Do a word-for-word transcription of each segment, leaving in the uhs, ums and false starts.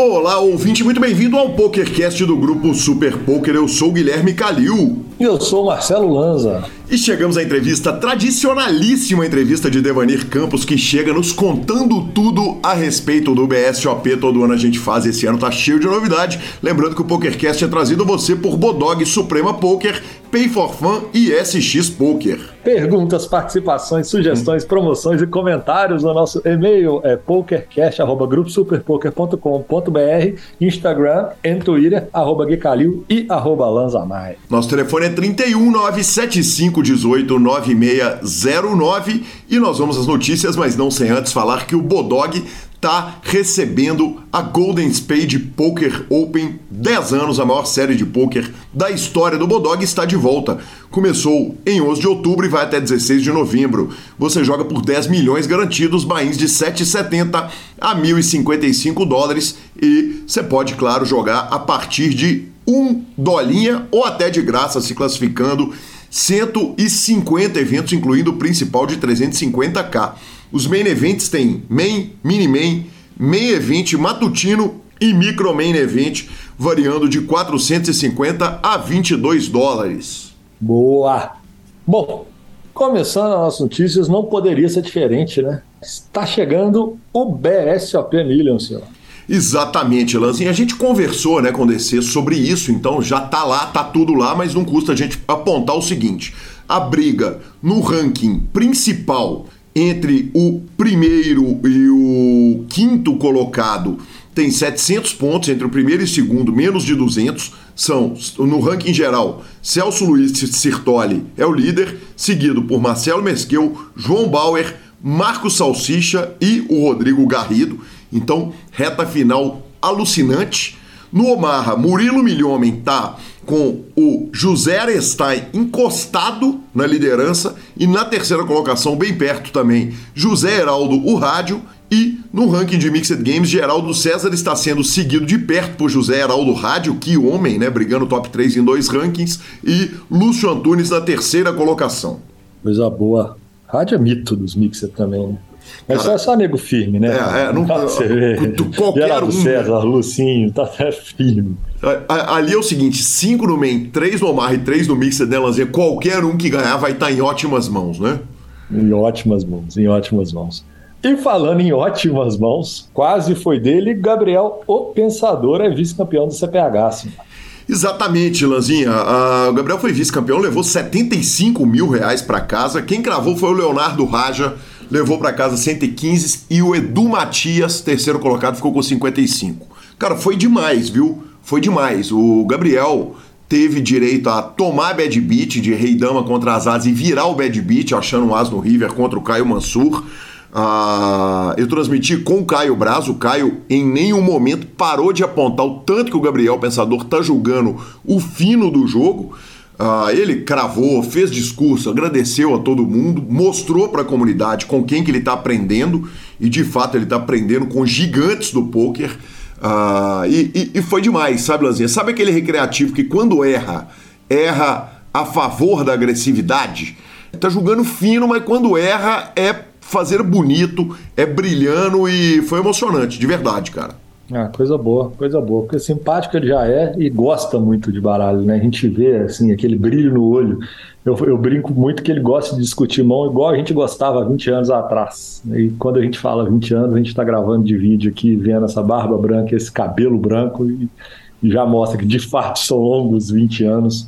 Olá, ouvinte, muito bem-vindo ao PokerCast do grupo Super Poker. Eu sou o Guilherme Calil. E eu sou o Marcelo Lanza. E chegamos à entrevista, tradicionalíssima entrevista de Devanir Campos, que chega nos contando tudo a respeito do B S O P. Todo ano a gente faz, esse ano tá cheio de novidade. Lembrando que o PokerCast é trazido a você por Bodog, Suprema Poker, Pay for Fun e S X Poker. Perguntas, participações, sugestões, promoções e comentários no nosso e-mail é pokercast arroba grupo superpoker ponto com ponto b r, Instagram e Twitter, arroba guicalil e arroba lanzamai. Nosso telefone é trinta e um, nove sete cinco, dezoito, nove seis zero nove e nós vamos às notícias, mas não sem antes falar que o Bodog está recebendo a Golden Spade Poker Open, dez anos, a maior série de poker da história do Bodog, está de volta. Começou em onze de outubro e vai até dezesseis de novembro. Você joga por dez milhões garantidos, buy-ins de sete reais e setenta centavos a mil e cinquenta e cinco dólares e você pode, claro, jogar a partir de um dolinha ou até de graça, se classificando cento e cinquenta eventos, incluindo o principal de trezentos e cinquenta mil. Os main events têm main, mini main, main event, matutino e micro main event, variando de quatrocentos e cinquenta a vinte e dois dólares. Boa! Bom, começando as nossas notícias, não poderia ser diferente, né? Está chegando o B S O P Million, senhor. Exatamente, Lanzinho. A gente conversou, né, com o D C sobre isso, então já tá lá, tá tudo lá, mas não custa a gente apontar o seguinte: a briga no ranking principal entre o primeiro e o quinto colocado tem setecentos pontos, entre o primeiro e o segundo, menos de duzentos. São, no ranking geral, Celso Luiz Sirtoli é o líder, seguido por Marcelo Mesquel, João Bauer, Marcos Salsicha e o Rodrigo Garrido. Então, reta final alucinante. No Omaha, Murilo Milhomem tá com o José Arestai encostado na liderança e na terceira colocação, bem perto também, José Heraldo, o Rádio. E no ranking de Mixed Games, Geraldo César está sendo seguido de perto por José Heraldo Rádio, que homem, né, brigando top três em dois rankings, e Lúcio Antunes na terceira colocação. Coisa boa. Rádio é mito dos Mixed também, né? Mas só, só nego firme, né? É, é, não, você vê. Qualquer Geraldo um. César, Lucinho, tá até firme. Ali é o seguinte: cinco no main, três no Omar e três no Mixed, né, Lanzinha? Qualquer um que ganhar vai estar em ótimas mãos, né? Em ótimas mãos, em ótimas mãos. E falando em ótimas mãos, quase foi dele, Gabriel, o Pensador, é vice-campeão do C P H, assim. Exatamente, Lanzinha. Uh, o Gabriel foi vice-campeão, levou setenta e cinco mil reais para casa. Quem cravou foi o Leonardo Raja, levou para casa cento e quinze, e o Edu Matias, terceiro colocado, ficou com cinquenta e cinco. Cara, foi demais, viu? Foi demais. O Gabriel teve direito a tomar bad beat de rei dama contra as as e virar o bad beat, achando um as no river contra o Caio Mansur. Uh, eu transmiti com o Caio Braz. O Caio em nenhum momento parou de apontar o tanto que o Gabriel Pensador tá julgando o fino do jogo. Uh, ele cravou, fez discurso, agradeceu a todo mundo, mostrou para a comunidade com quem que ele está aprendendo, e de fato ele está aprendendo com gigantes do poker. Uh, e, e, e foi demais, sabe, Lanzinha? Sabe aquele recreativo que quando erra, erra a favor da agressividade? Tá jogando fino, mas quando erra é fazer bonito, é brilhando, e foi emocionante, de verdade, cara. Ah, coisa boa, coisa boa, porque simpático ele já é e gosta muito de baralho, né? A gente vê, assim, aquele brilho no olho. Eu, eu brinco muito que ele gosta de discutir mão igual a gente gostava há vinte anos atrás. E quando a gente fala vinte anos, a gente tá gravando de vídeo aqui, vendo essa barba branca, esse cabelo branco, e, e já mostra que de fato são longos vinte anos.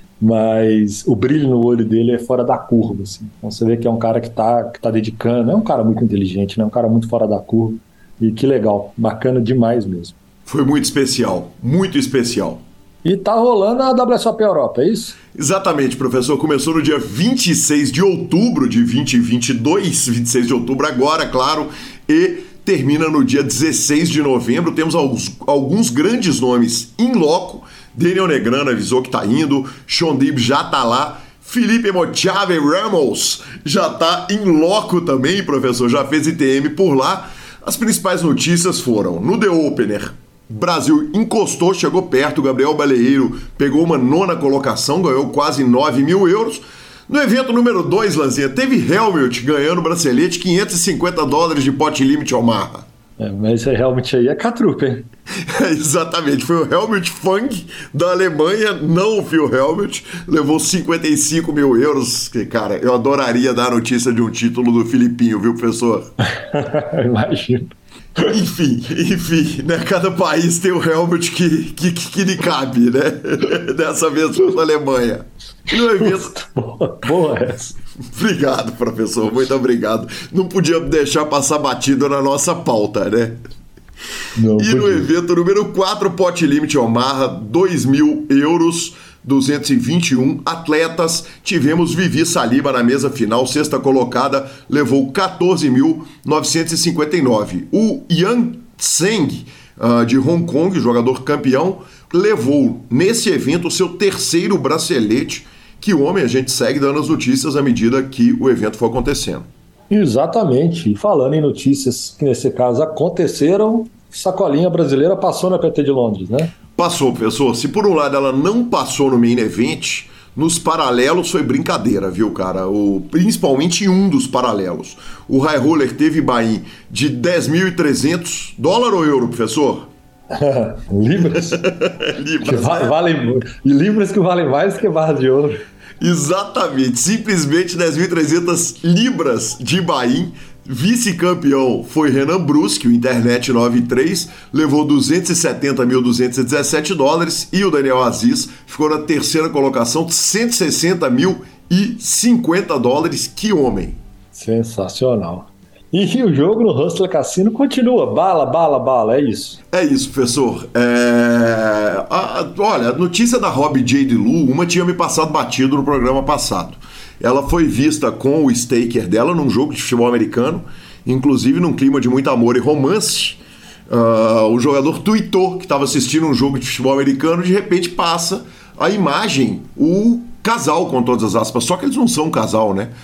Mas o brilho no olho dele é fora da curva, assim. Então você vê que é um cara que tá, que tá dedicando, é um cara muito inteligente, né? Um cara muito fora da curva. E que legal, bacana demais mesmo. Foi muito especial, muito especial. E tá rolando a W S O P Europa, é isso? Exatamente, professor. Começou no dia vinte e seis de outubro de dois mil e vinte e dois, vinte e seis de outubro agora, claro, e termina no dia dezesseis de novembro. Temos alguns, alguns grandes nomes em loco. Daniel Negrano avisou que tá indo, Sean Dib já tá lá, Felipe Mochave Ramos já tá em loco também, professor, já fez I T M por lá. As principais notícias foram: no The Opener, Brasil encostou, chegou perto, Gabriel Baleeiro pegou uma nona colocação, ganhou quase nove mil euros. No evento número dois, Lanzinha, teve Helmut ganhando bracelete, quinhentos e cinquenta dólares de pot limit Omaha. É, mas é, realmente aí é catrupe, hein? É, exatamente, foi o Helmut Fang da Alemanha, não o Phil Helmut, levou cinquenta e cinco mil euros. Que, cara, eu adoraria dar a notícia de um título do Filipinho, viu, professor? Imagino. Enfim, enfim, né? Cada país tem o Helmut que, que, que lhe cabe, né? Dessa vez foi da Alemanha. E no evento... boa, boa essa. Obrigado, professor, muito obrigado. Não podia deixar passar batido na nossa pauta, né? Não, e no evento número quatro, Pot Limit Omaha, dois mil euros, duzentos e vinte e um atletas. Tivemos Vivi Saliba na mesa final, sexta colocada, levou quatorze mil novecentos e cinquenta e nove. O Yang Tseng, uh, de Hong Kong, jogador campeão, levou nesse evento o seu terceiro bracelete, que o homem a gente segue dando as notícias à medida que o evento for acontecendo. Exatamente. E falando em notícias que nesse caso aconteceram, Sacolinha brasileira passou na P T de Londres, né? Passou, professor. Se por um lado ela não passou no main event, nos paralelos foi brincadeira, viu, cara? O, principalmente em um dos paralelos. O High Roller teve buy-in de dez mil e trezentos dólares ou euro, professor? Libras. Libras. Que va- valem, e libras que valem mais que barra de ouro. Exatamente. Simplesmente dez mil e trezentas libras de buy-in. Vice-campeão foi Renan Bruschi, o Internet noventa e três, levou duzentos e setenta mil duzentos e dezessete dólares, e o Daniel Aziz ficou na terceira colocação, cento e sessenta mil e cinquenta dólares. Que homem! Sensacional. E o jogo no Hustler Cassino continua, bala, bala, bala, é isso. É isso, professor. É... A, a, olha, a notícia da Robbie J. DeLu, uma tinha me passado batido no programa passado. Ela foi vista com o staker dela num jogo de futebol americano, inclusive num clima de muito amor e romance. Uh, o jogador tweetou que estava assistindo um jogo de futebol americano, de repente passa a imagem, o casal, com todas as aspas, só que eles não são um casal, né?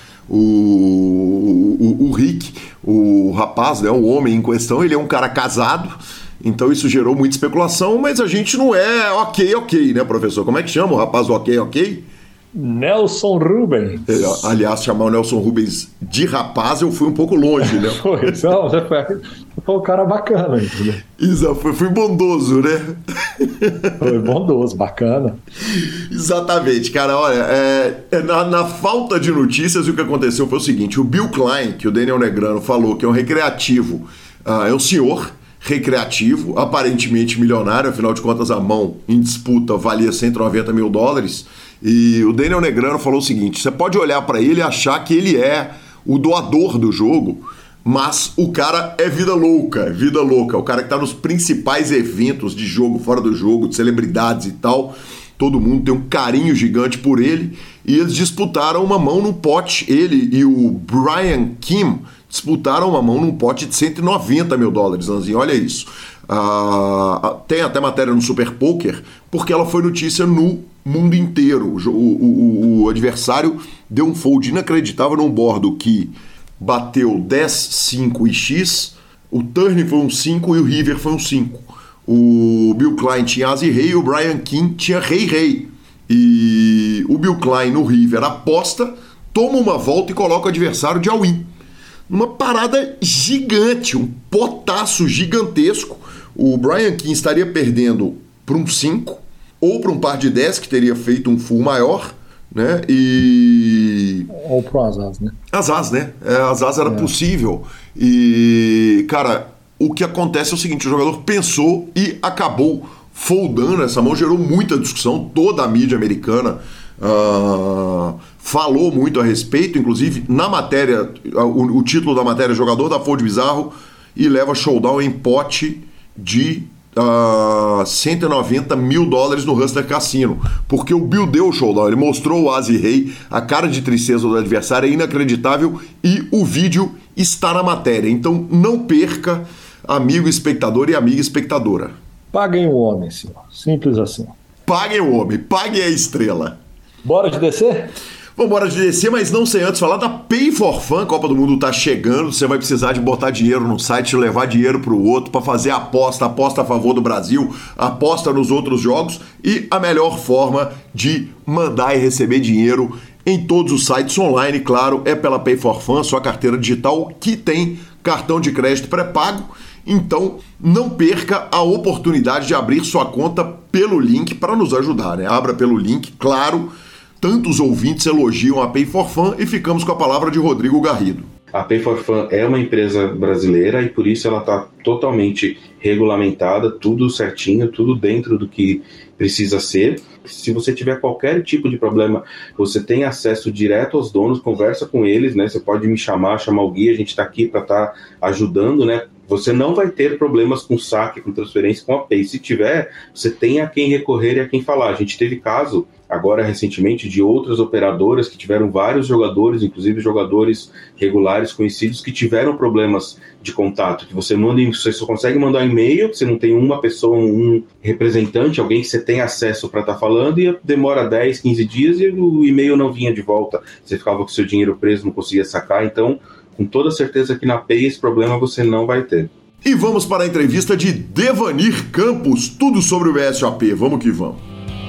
O, o, o Rick, o rapaz, né, o homem em questão, ele é um cara casado, então isso gerou muita especulação, mas a gente não é ok, ok, né, professor? Como é que chama o rapaz do ok, ok? Nelson Rubens. É, aliás, chamar o Nelson Rubens de rapaz, eu fui um pouco longe, né? Foi, não, você foi, foi um cara bacana, entendeu? Exato, fui, fui bondoso, né? Foi bondoso, bacana. Exatamente, cara, olha, é, é, na, na falta de notícias, o que aconteceu foi o seguinte: o Bill Klein, que o Daniel Negrano falou que é um recreativo, uh, é um senhor recreativo, aparentemente milionário, afinal de contas a mão em disputa valia cento e noventa mil dólares, e o Daniel Negrano falou o seguinte: você pode olhar para ele e achar que ele é o doador do jogo, mas o cara é vida louca, é vida louca, o cara que tá nos principais eventos de jogo, fora do jogo, de celebridades e tal, todo mundo tem um carinho gigante por ele, e eles disputaram uma mão num pote, ele e o Brian Kim disputaram uma mão num pote de cento e noventa mil dólares, Lanzinho, olha isso. Ah, tem até matéria no Super Poker, porque ela foi notícia no mundo inteiro. O, o, o adversário deu um fold inacreditável num bordo que bateu dez, cinco e X, o turn foi um cinco e o river foi um cinco. O Bill Klein tinha as e rei e o Brian Kim tinha rei rei. E o Bill Klein no river aposta, toma uma volta e coloca o adversário de all-in. Uma parada gigante, um potaço gigantesco. O Brian Kim estaria perdendo para um cinco ou para um par de dez, que teria feito um full maior, né? E... Ou pro Azaz, né? Azaz, né? É, Azaz era é. possível. E, cara, o que acontece é o seguinte: o jogador pensou e acabou foldando essa mão, gerou muita discussão, toda a mídia americana uh, falou muito a respeito, inclusive na matéria, o, o título da matéria é Jogador da Fold Bizarro e leva showdown em pote de uh, cento e noventa mil dólares no Hustler Cassino, porque o Bill deu o showdown, ele mostrou o As e Rei, a cara de tristeza do adversário é inacreditável e o vídeo está na matéria, então não perca, amigo espectador e amiga espectadora. Paguem o homem, senhor. Simples assim. Paguem o homem, paguem a estrela. Bora de descer? Vambora de descer, mas não sem antes falar da Pay for Fun. A Copa do Mundo tá chegando, você vai precisar de botar dinheiro no site, levar dinheiro pro outro para fazer aposta, aposta a favor do Brasil, aposta nos outros jogos, e a melhor forma de mandar e receber dinheiro em todos os sites online, claro, é pela Pay for Fun, sua carteira digital que tem cartão de crédito pré-pago. Então, não perca a oportunidade de abrir sua conta pelo link para nos ajudar, né? Abra pelo link, claro. Tantos ouvintes elogiam a Pay for Fun e ficamos com a palavra de Rodrigo Garrido. A Pay for Fun é uma empresa brasileira e por isso ela está totalmente regulamentada, tudo certinho, tudo dentro do que precisa ser. Se você tiver qualquer tipo de problema, você tem acesso direto aos donos, conversa com eles, né? Você pode me chamar, chamar o Gui, a gente está aqui para estar tá ajudando, né? Você não vai ter problemas com saque, com transferência, com a Pay. Se tiver, você tem a quem recorrer e a quem falar. A gente teve caso, agora recentemente, de outras operadoras que tiveram vários jogadores, inclusive jogadores regulares conhecidos, que tiveram problemas de contato. Que você manda, você só consegue mandar e-mail, você não tem uma pessoa, um representante, alguém que você tem acesso para estar tá falando, e demora dez, quinze dias e o e-mail não vinha de volta. Você ficava com o seu dinheiro preso, não conseguia sacar. Então, com toda certeza que na Pay esse problema você não vai ter. E vamos para a entrevista de Devanir Campos, tudo sobre o B S O P. Vamos que vamos.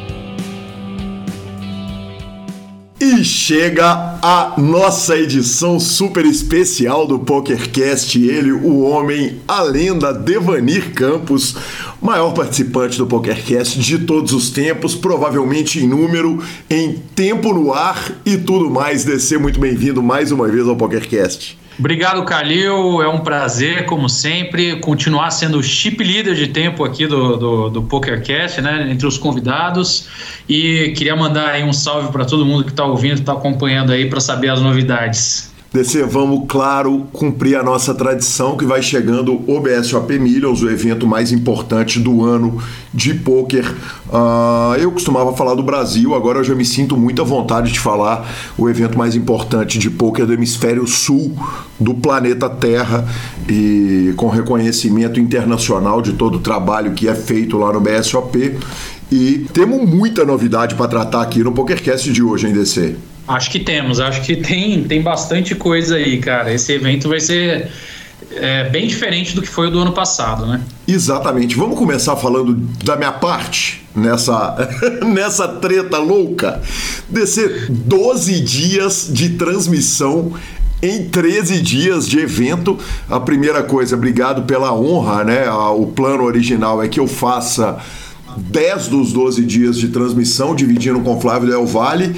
E chega a nossa edição super especial do PokerCast. Ele, o homem, a lenda Devanir Campos, maior participante do PokerCast de todos os tempos, provavelmente em número, em tempo no ar e tudo mais. D C, muito bem-vindo mais uma vez ao PokerCast. Obrigado, Calil. É um prazer, como sempre, continuar sendo o chip leader de tempo aqui do, do, do PokerCast, né, entre os convidados. E queria mandar aí um salve para todo mundo que está ouvindo, está acompanhando aí, para saber as novidades. D C, vamos, claro, cumprir a nossa tradição, que vai chegando o B S O P Millions, o evento mais importante do ano de pôquer. Uh, eu costumava falar do Brasil, agora eu já me sinto muito à vontade de falar o evento mais importante de pôquer do hemisfério sul do planeta Terra, e com reconhecimento internacional de todo o trabalho que é feito lá no B S O P. E temos muita novidade para tratar aqui no PokerCast de hoje, hein, D C? Acho que temos, acho que tem, tem bastante coisa aí, cara. Esse evento vai ser é, bem diferente do que foi o do ano passado, né? Exatamente. Vamos começar falando da minha parte nessa, nessa treta louca. D C, doze dias de transmissão em treze dias de evento. A primeira coisa, obrigado pela honra, né? O plano original é que eu faça dez dos doze dias de transmissão, dividindo com o Flávio Del Valle.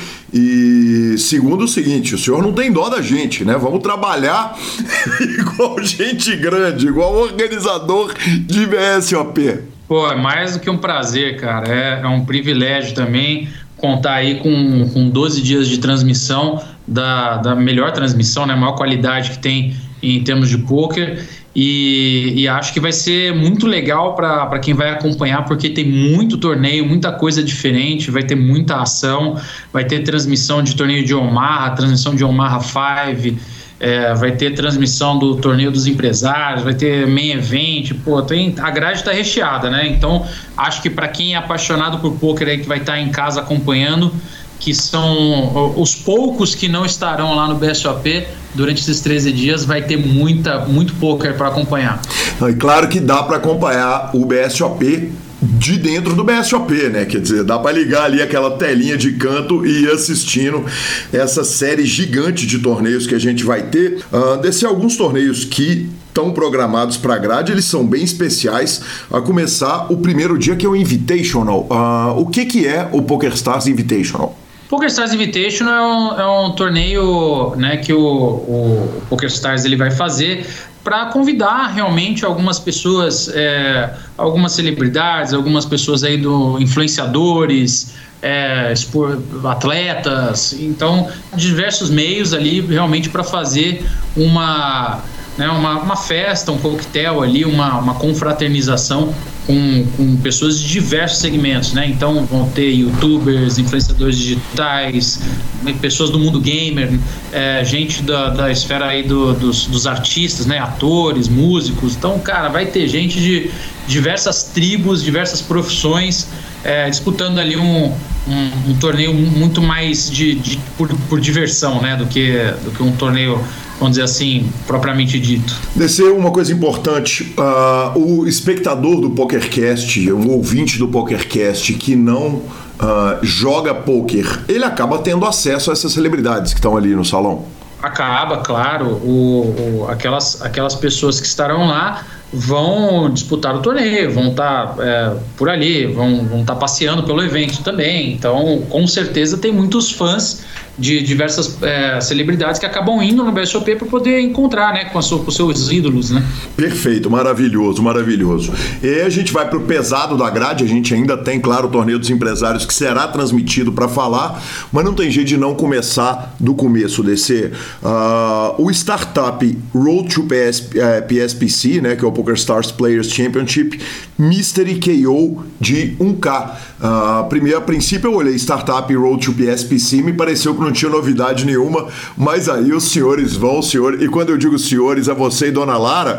E segundo o seguinte, o senhor não tem dó da gente, né? Vamos trabalhar igual gente grande, igual organizador de B S O P. Pô, é mais do que um prazer, cara. É, é um privilégio também contar aí com, com doze dias de transmissão, da, da melhor transmissão, né? A maior qualidade que tem em termos de pôquer. E, e acho que vai ser muito legal para quem vai acompanhar, porque tem muito torneio, muita coisa diferente, vai ter muita ação, vai ter transmissão de torneio de Omaha, transmissão de Omaha cinco, é, vai ter transmissão do torneio dos empresários, vai ter main event, pô, tem, a grade está recheada, né? Então acho que para quem é apaixonado por poker aí, que vai estar em casa acompanhando, que são os poucos que não estarão lá no B S O P durante esses treze dias, vai ter muita, muito poker para acompanhar. E claro que dá para acompanhar o B S O P de dentro do B S O P, né? Quer dizer, dá para ligar ali aquela telinha de canto e ir assistindo essa série gigante de torneios que a gente vai ter. Uh, descer alguns torneios que estão programados para a grade, eles são bem especiais, a começar o primeiro dia, que é o Invitational. Uh, o que, que é o PokerStars Invitational? PokerStars Invitational é um, é um torneio, né, que o, o PokerStars ele vai fazer para convidar realmente algumas pessoas, é, algumas celebridades, algumas pessoas aí do influenciadores, é, atletas, então diversos meios ali realmente para fazer uma, né, uma, uma festa, um coquetel ali, uma, uma confraternização com, com pessoas de diversos segmentos, né? Então vão ter youtubers, influenciadores digitais, pessoas do mundo gamer, é, gente da, da esfera aí do, dos, dos artistas, né? Atores, músicos. Então, cara, vai ter gente de diversas tribos, diversas profissões, é, disputando ali um, um, um torneio muito mais de, de, por, por diversão, né? Do que, do que um torneio, vamos dizer assim, propriamente dito. Descer uma coisa importante, uh, o espectador do PokerCast, um ouvinte do PokerCast que não uh, joga poker, ele acaba tendo acesso a essas celebridades que estão ali no salão? Acaba, claro. O, o, aquelas, aquelas pessoas que estarão lá vão disputar o torneio, vão estar é, por ali, vão vão estar passeando pelo evento também. Então, com certeza, tem muitos fãs de diversas é, celebridades que acabam indo no B S O P para poder encontrar, né, com, a sua, com os seus ídolos, né? Perfeito, maravilhoso, maravilhoso. E aí a gente vai pro pesado da grade, a gente ainda tem, claro, o Torneio dos Empresários que será transmitido para falar, mas não tem jeito de não começar do começo, D C. Uh, o Startup Road to P S, uh, P S P C, né, que é o PokerStars Players Championship, Mystery K O de um K. Uh, primeiro, a princípio eu olhei Startup Road to P S P C, me pareceu que não tinha novidade nenhuma, mas aí os senhores vão, senhor, e quando eu digo senhores, é você e Dona Lara,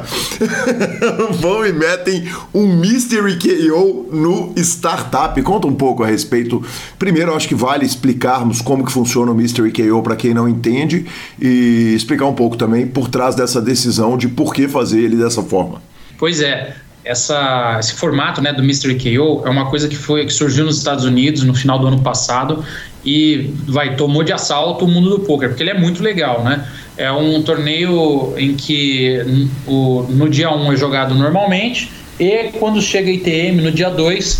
vão e metem um Mystery K O no Startup. Conta um pouco a respeito. Primeiro, eu acho que vale explicarmos como que funciona o Mystery K O para quem não entende e explicar um pouco também por trás dessa decisão de por que fazer ele dessa forma. Pois é. Essa, esse formato, né, do Mystery K O é uma coisa que, foi, que surgiu nos Estados Unidos no final do ano passado e vai, tomou de assalto o mundo do poker, porque ele é muito legal, né? É um torneio em que o, no dia um é jogado normalmente e quando chega I T M no dia dois,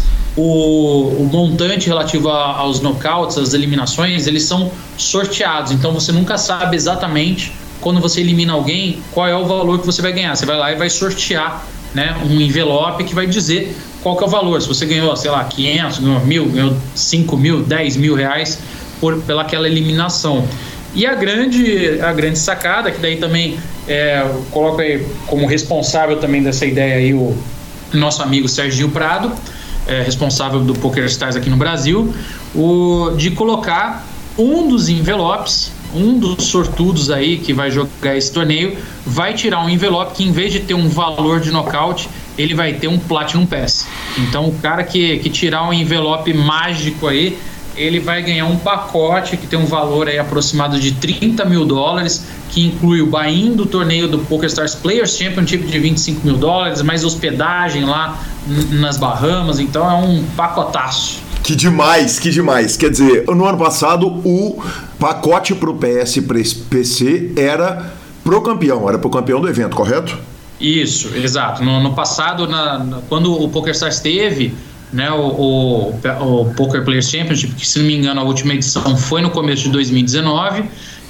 o, o montante relativo a, aos knockouts, às eliminações, eles são sorteados, então você nunca sabe exatamente quando você elimina alguém qual é o valor que você vai ganhar. Você vai lá e vai sortear, né, um envelope que vai dizer qual que é o valor. Se você ganhou, sei lá, quinhentos, ganhou mil, ganhou cinco mil, dez mil reais por, pela aquela eliminação. E a grande, a grande sacada, que daí também é, coloco aí como responsável também dessa ideia aí o nosso amigo Serginho Prado, é, responsável do PokerStars aqui no Brasil, o, de colocar um dos envelopes, um dos sortudos aí que vai jogar esse torneio, vai tirar um envelope que, em vez de ter um valor de nocaute, ele vai ter um Platinum Pass. Então, o cara que, que tirar um envelope mágico aí, ele vai ganhar um pacote que tem um valor aí aproximado de trinta mil dólares, que inclui o buy-in do torneio do PokerStars Players Championship de vinte e cinco mil dólares, mais hospedagem lá nas Bahamas. Então, é um pacotaço. Que demais, que demais. Quer dizer, no ano passado o pacote pro P S P C era pro campeão, era pro campeão do evento, correto? Isso, exato. No, no passado, na, na, quando o PokerStars teve, né, o, o, o Poker Players Championship, que, se não me engano, a última edição foi no começo de dois mil e dezenove,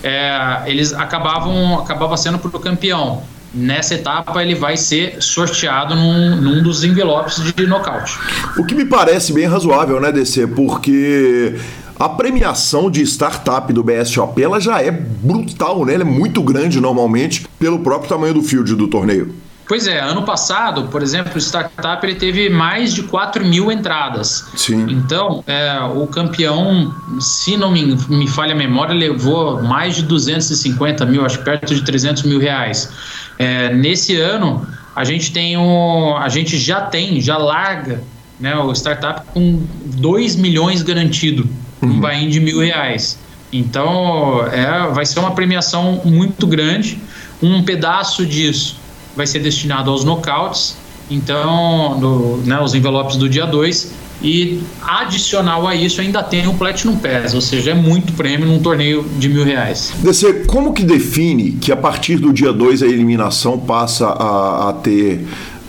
é, eles acabavam acabava sendo pro campeão. Nessa etapa ele vai ser sorteado num, num dos envelopes de nocaute. O que me parece bem razoável, né, D C? Porque a premiação de startup do B S O P ela já é brutal, né? Ela é muito grande normalmente pelo próprio tamanho do field do torneio. Pois é, ano passado, por exemplo, o Startup ele teve mais de quatro mil entradas. Sim. Então, é, o campeão, se não me, me falha a memória, levou mais de duzentos e cinquenta mil, acho perto de trezentos mil reais. É, nesse ano, a gente tem um, a gente já tem, já larga, né, o Startup com dois milhões garantido, um uhum. buy-in de mil reais. Então, é, vai ser uma premiação muito grande. Um pedaço disso vai ser destinado aos knockouts, então, no, né, os envelopes do dia dois, e adicional a isso ainda tem o Platinum Pass, ou seja, é muito prêmio num torneio de mil reais. D C, como que define que a partir do dia dois a eliminação passa a, a ter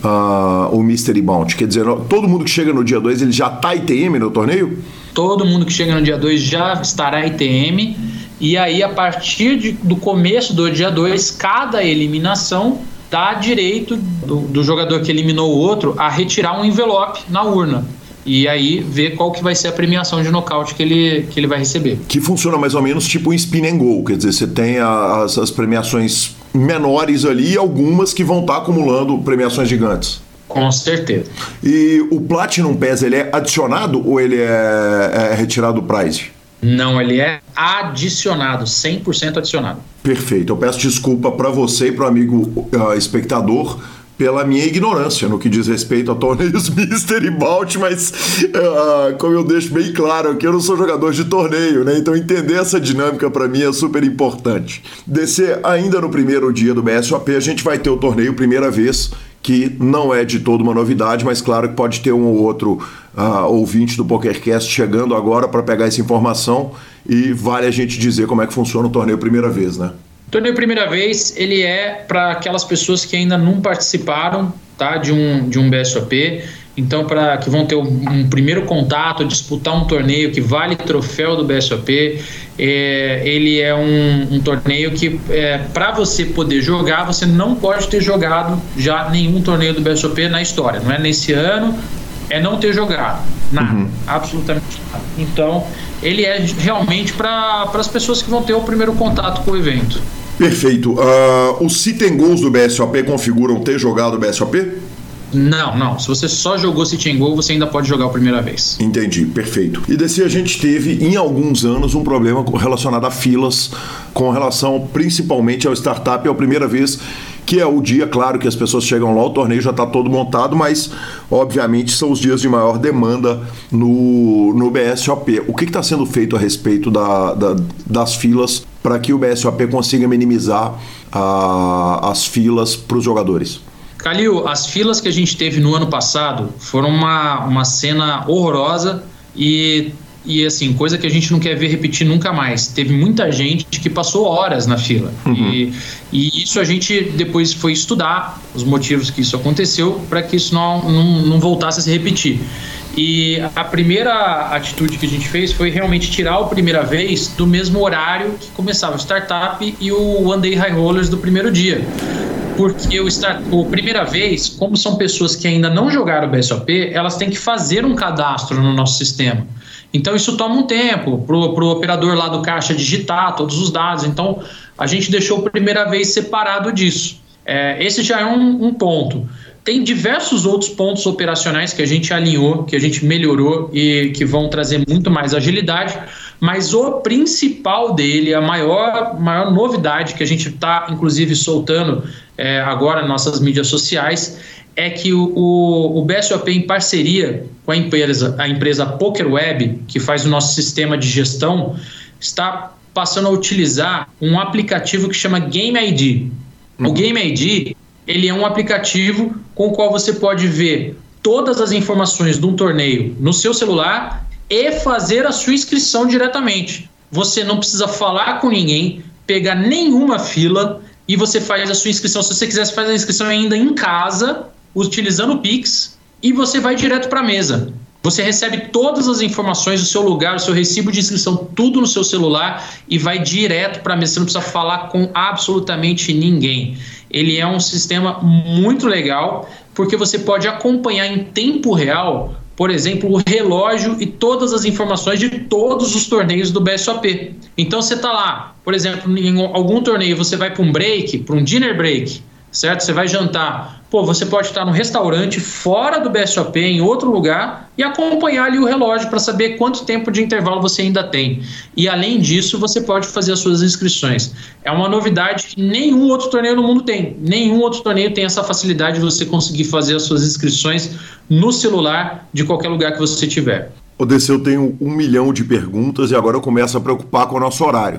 uh, o Mystery Bounty? Quer dizer, todo mundo que chega no dia dois ele já está I T M no torneio? Todo mundo que chega no dia dois já estará I T M, e aí a partir de, do começo do dia dois, cada eliminação dá direito do, do jogador que eliminou o outro a retirar um envelope na urna e aí ver qual que vai ser a premiação de nocaute que ele, que ele vai receber. Que funciona mais ou menos tipo um spin and go, quer dizer, você tem as, as premiações menores ali e algumas que vão estar acumulando premiações gigantes. Com certeza. E o Platinum Pass, ele é adicionado ou ele é, é retirado do prize? Não, ele é adicionado, cem por cento adicionado. Perfeito. Eu peço desculpa para você e para o amigo uh, espectador pela minha ignorância no que diz respeito a torneios Mystery Bounty, mas uh, como eu deixo bem claro aqui, eu não sou jogador de torneio, né? Então entender essa dinâmica para mim é super importante. D C, ainda no primeiro dia do B S O P, a gente vai ter o torneio primeira vez, que não é de toda uma novidade, mas claro que pode ter um ou outro uh, ouvinte do PokerCast chegando agora para pegar essa informação e vale a gente dizer como é que funciona o torneio primeira vez, né? O torneio primeira vez, ele é para aquelas pessoas que ainda não participaram tá, de, um, de um B S O P. Então, para que vão ter um, um primeiro contato, disputar um torneio que vale troféu do B S O P. É, ele é um, um torneio que, é, para você poder jogar, você não pode ter jogado já nenhum torneio do B S O P na história. Não é nesse ano, é não ter jogado nada, uhum. absolutamente nada. Então, ele é realmente para as pessoas que vão ter o primeiro contato com o evento. Perfeito. Uh, os sit and goes do B S O P configuram ter jogado o B S O P? Não, não. Se você só jogou Sit and Go, você ainda pode jogar a primeira vez. Entendi, perfeito. E desse a gente teve, em alguns anos, um problema relacionado a filas, com relação principalmente ao startup. É a primeira vez que é o dia, claro, que as pessoas chegam lá, o torneio já está todo montado, mas, obviamente, são os dias de maior demanda no, no B S O P. O que está sendo feito a respeito da, da, das filas para que o B S O P consiga minimizar a, as filas para os jogadores? Calil, as filas que a gente teve no ano passado foram uma, uma cena horrorosa e, e assim, coisa que a gente não quer ver repetir nunca mais. Teve muita gente que passou horas na fila. Uhum. E, e isso a gente depois foi estudar os motivos que isso aconteceu para que isso não, não, não voltasse a se repetir. E a primeira atitude que a gente fez foi realmente tirar o primeira vez do mesmo horário que começava o Startup e o One Day High Rollers do primeiro dia. Porque o, start, o primeira vez, como são pessoas que ainda não jogaram o B S O P, elas têm que fazer um cadastro no nosso sistema. Então isso toma um tempo para o operador lá do caixa digitar todos os dados. Então a gente deixou a primeira vez separado disso. É, esse já é um, um ponto. Tem diversos outros pontos operacionais que a gente alinhou, que a gente melhorou e que vão trazer muito mais agilidade, mas o principal dele, a maior, maior novidade que a gente está, inclusive, soltando é, agora nas nossas mídias sociais, é que o, o, o B S O P, em parceria com a empresa, a empresa PokerWeb, que faz o nosso sistema de gestão, está passando a utilizar um aplicativo que chama Game I D. Uhum. O Game I D, ele é um aplicativo com o qual você pode ver todas as informações de um torneio no seu celular e fazer a sua inscrição diretamente. Você não precisa falar com ninguém, pegar nenhuma fila e você faz a sua inscrição. Se você quiser, você faz a inscrição ainda em casa, utilizando o Pix, e você vai direto para a mesa. Você recebe todas as informações do seu lugar, o seu recibo de inscrição, tudo no seu celular e vai direto para a mesa. Você não precisa falar com absolutamente ninguém. Ele é um sistema muito legal, porque você pode acompanhar em tempo real, por exemplo, o relógio e todas as informações de todos os torneios do B S O P. Então você está lá, por exemplo, em algum torneio você vai para um break, para um dinner break, certo? Você vai jantar. Pô, você pode estar no restaurante fora do B S O P, em outro lugar, e acompanhar ali o relógio para saber quanto tempo de intervalo você ainda tem. E além disso, você pode fazer as suas inscrições. É uma novidade que nenhum outro torneio no mundo tem. Nenhum outro torneio tem essa facilidade de você conseguir fazer as suas inscrições no celular de qualquer lugar que você tiver. Ô, D C, eu tenho um milhão de perguntas e agora eu começo a preocupar com o nosso horário.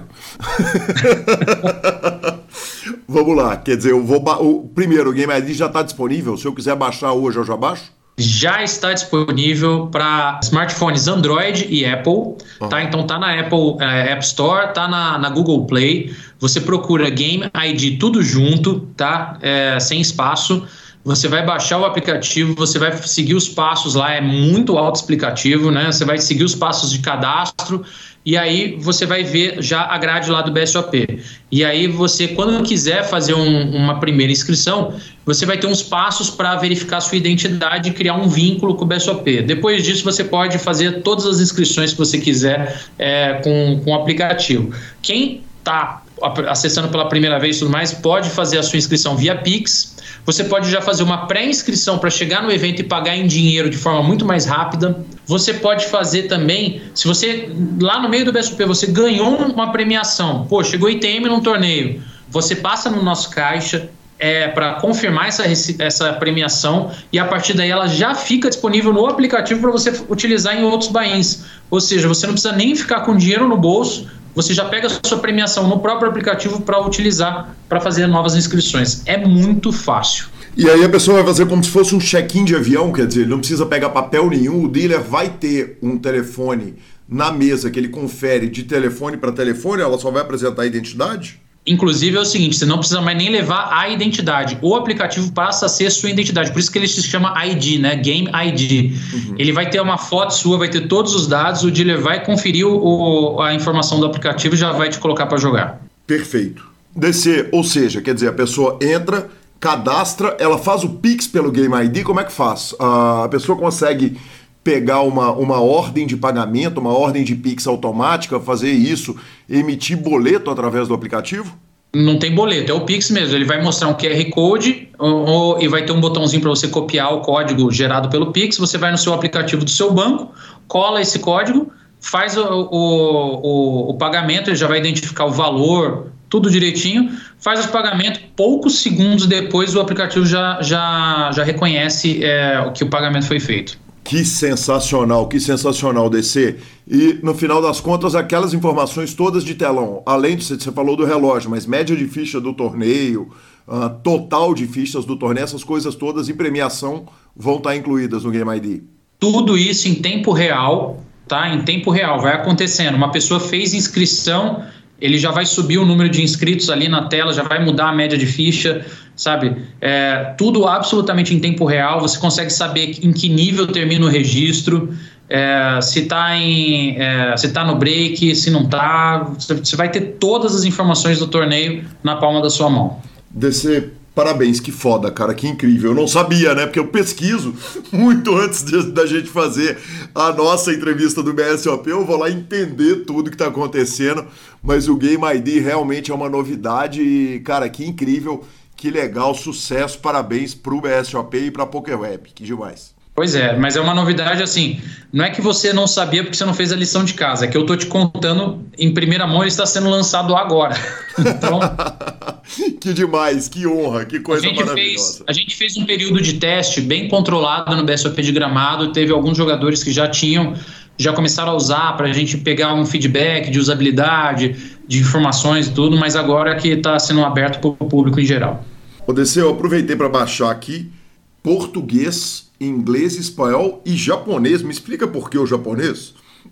Vamos lá, quer dizer, eu vou ba- o primeiro, o Game I D já está disponível? Se eu quiser baixar hoje, eu já baixo? Já está disponível para smartphones Android e Apple, uhum. tá? Então tá na Apple é, App Store, tá na, na Google Play. Você procura Game I D tudo junto, tá? É, sem espaço. Você vai baixar o aplicativo, você vai seguir os passos lá, é muito autoexplicativo, né? Você vai seguir os passos de cadastro e aí você vai ver já a grade lá do B S O P. E aí você, quando quiser fazer um, uma primeira inscrição, você vai ter uns passos para verificar a sua identidade e criar um vínculo com o B S O P. Depois disso, você pode fazer todas as inscrições que você quiser é, com, com o aplicativo. Quem está acessando pela primeira vez e tudo mais, pode fazer a sua inscrição via Pix. Você pode já fazer uma pré-inscrição para chegar no evento e pagar em dinheiro de forma muito mais rápida. Você pode fazer também, se você, lá no meio do B S O P, você ganhou uma premiação, pô, chegou I T M num torneio, você passa no nosso caixa é, para confirmar essa, essa premiação e a partir daí ela já fica disponível no aplicativo para você utilizar em outros buy-ins. Ou seja, você não precisa nem ficar com dinheiro no bolso, você já pega a sua premiação no próprio aplicativo para utilizar, para fazer novas inscrições. É muito fácil. E aí a pessoa vai fazer como se fosse um check-in de avião, quer dizer, ele não precisa pegar papel nenhum, o dealer vai ter um telefone na mesa que ele confere de telefone para telefone, ela só vai apresentar a identidade? Inclusive é o seguinte, você não precisa mais nem levar a identidade. O aplicativo passa a ser sua identidade. Por isso que ele se chama I D, né? Game I D. Uhum. Ele vai ter uma foto sua, vai ter todos os dados, o dealer vai conferir o, a informação do aplicativo e já vai te colocar para jogar. Perfeito. D C, ou seja, quer dizer, a pessoa entra, cadastra, ela faz o Pix pelo Game I D, como é que faz? A pessoa consegue pegar uma, uma ordem de pagamento, uma ordem de Pix automática, fazer isso, emitir boleto através do aplicativo? Não tem boleto, é o Pix mesmo. Ele vai mostrar um Q R Code ou, ou, e vai ter um botãozinho para você copiar o código gerado pelo Pix. Você vai no seu aplicativo do seu banco, cola esse código, faz o, o, o, o pagamento, ele já vai identificar o valor, tudo direitinho, faz o pagamento, poucos segundos depois o aplicativo já, já, já reconhece é, que o pagamento foi feito. Que sensacional, que sensacional, D C. E no final das contas, aquelas informações todas de telão, além de você falou do relógio, mas média de ficha do torneio, uh, total de fichas do torneio, essas coisas todas e premiação vão estar incluídas no Game I D. Tudo isso em tempo real, tá? Em tempo real, vai acontecendo. Uma pessoa fez inscrição, ele já vai subir o número de inscritos ali na tela, já vai mudar a média de ficha, sabe? É, tudo absolutamente em tempo real, você consegue saber em que nível termina o registro, é, se está é, se tá no break, se não está, você vai ter todas as informações do torneio na palma da sua mão. D C, parabéns, que foda, cara, que incrível. Eu não sabia, né? Porque eu pesquiso muito antes de, da gente fazer a nossa entrevista do B S O P. Eu vou lá entender tudo que tá acontecendo, mas o Game I D realmente é uma novidade e, cara, que incrível, que legal, sucesso, parabéns pro B S O P e pra PokerWeb, que demais. Pois é, mas é uma novidade assim, não é que você não sabia porque você não fez a lição de casa, é que eu tô te contando em primeira mão, ele está sendo lançado agora. Então, que demais, que honra, que coisa a gente maravilhosa. Fez, a gente fez um período de teste bem controlado no B S O P de Gramado, teve alguns jogadores que já tinham, já começaram a usar para a gente pegar um feedback de usabilidade, de informações e tudo, mas agora que está sendo aberto para o público em geral. Ô, D C, eu aproveitei para baixar aqui português, inglês, espanhol e japonês. Me explica por que o japonês?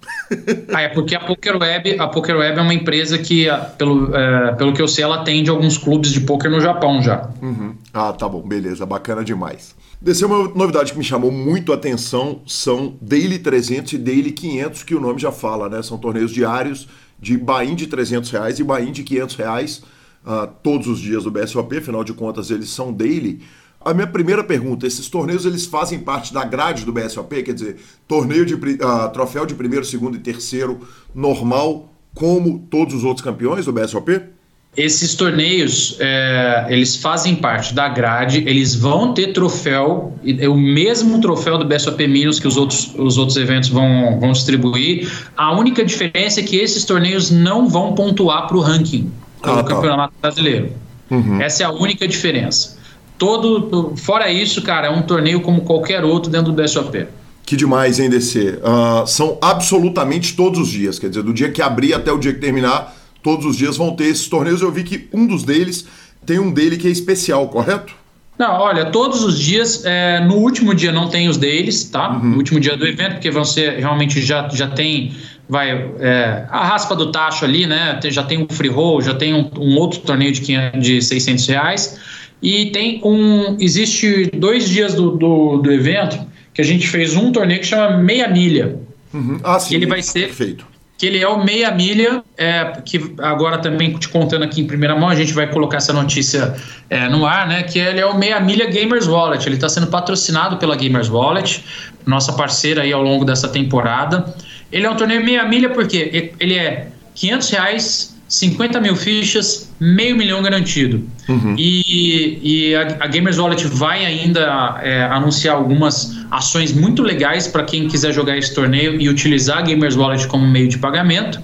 Ah, é porque a PokerWeb, a PokerWeb é uma empresa que, pelo, é, pelo que eu sei, ela atende alguns clubes de poker no Japão já. Uhum. Ah, tá bom, beleza, bacana demais. Dessa uma novidade que me chamou muito a atenção são Daily trezentos e Daily quinhentos, que o nome já fala, né? São torneios diários de buy-in de trezentos reais e buy-in de quinhentos reais uh, todos os dias do B S O P, afinal de contas eles são daily. A minha primeira pergunta, esses torneios eles fazem parte da grade do B S O P? Quer dizer, torneio de uh, troféu de primeiro, segundo e terceiro normal, como todos os outros campeões do B S O P? Esses torneios, é, eles fazem parte da grade, eles vão ter troféu, é o mesmo troféu do B S O P Minus que os outros, os outros eventos vão, vão distribuir. A única diferença é que esses torneios não vão pontuar para o ranking do ah, tá. Campeonato Brasileiro. Uhum. Essa é a única diferença. Todo, fora isso, cara, é um torneio como qualquer outro dentro do B S O P. Que demais, hein, D C? Uh, são absolutamente todos os dias, quer dizer, do dia que abrir até o dia que terminar, todos os dias vão ter esses torneios. Eu vi que um dos deles tem um dele que é especial, correto? Não, olha, todos os dias, é, no último dia não tem os deles, tá? Uhum. No último dia do evento, porque vão ser, realmente já, já tem, vai, é, a raspa do tacho ali, né? Já tem um free roll, já tem um, um outro torneio de, quinhentos, de seiscentos reais. E tem um, existe dois dias do, do, do evento que a gente fez um torneio que chama Meia Milha. Uhum. Ah, sim, que ele vai ser, perfeito. Que ele é o Meia Milha, é, que agora também te contando aqui em primeira mão, a gente vai colocar essa notícia é, no ar, né? Que ele é o Meia Milha Gamers Wallet. Ele está sendo patrocinado pela Gamers Wallet, nossa parceira aí ao longo dessa temporada. Ele é um torneio Meia Milha porque ele é quinhentos reais, cinquenta mil fichas, meio milhão garantido. Uhum. E, e a, a Gamers Wallet vai ainda é, anunciar algumas ações muito legais para quem quiser jogar esse torneio e utilizar a Gamers Wallet como meio de pagamento.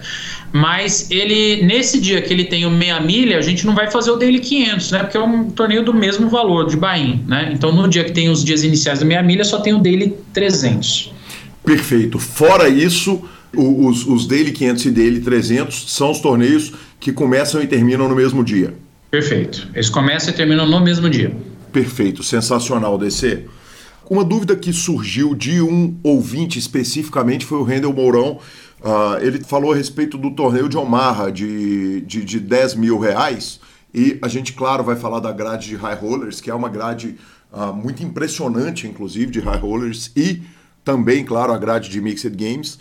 Mas ele, nesse dia que ele tem o meia milha, a gente não vai fazer o Daily quinhentos, né? Porque é um torneio do mesmo valor de buy-in, né? Então no dia que tem os dias iniciais do meia milha, só tem o Daily trezentos. Perfeito. Fora isso, Os, os Daily quinhentos e Daily trezentos são os torneios que começam e terminam no mesmo dia. Perfeito. Eles começam e terminam no mesmo dia. Perfeito. Sensacional, D C. uma dúvida que surgiu de um ouvinte especificamente foi o Rendel Mourão. Uh, ele falou a respeito do torneio de Omaha de, de, de dez mil reais. E a gente, claro, vai falar da grade de High Rollers, que é uma grade uh, muito impressionante, inclusive, de High Rollers, e também, claro, a grade de Mixed Games.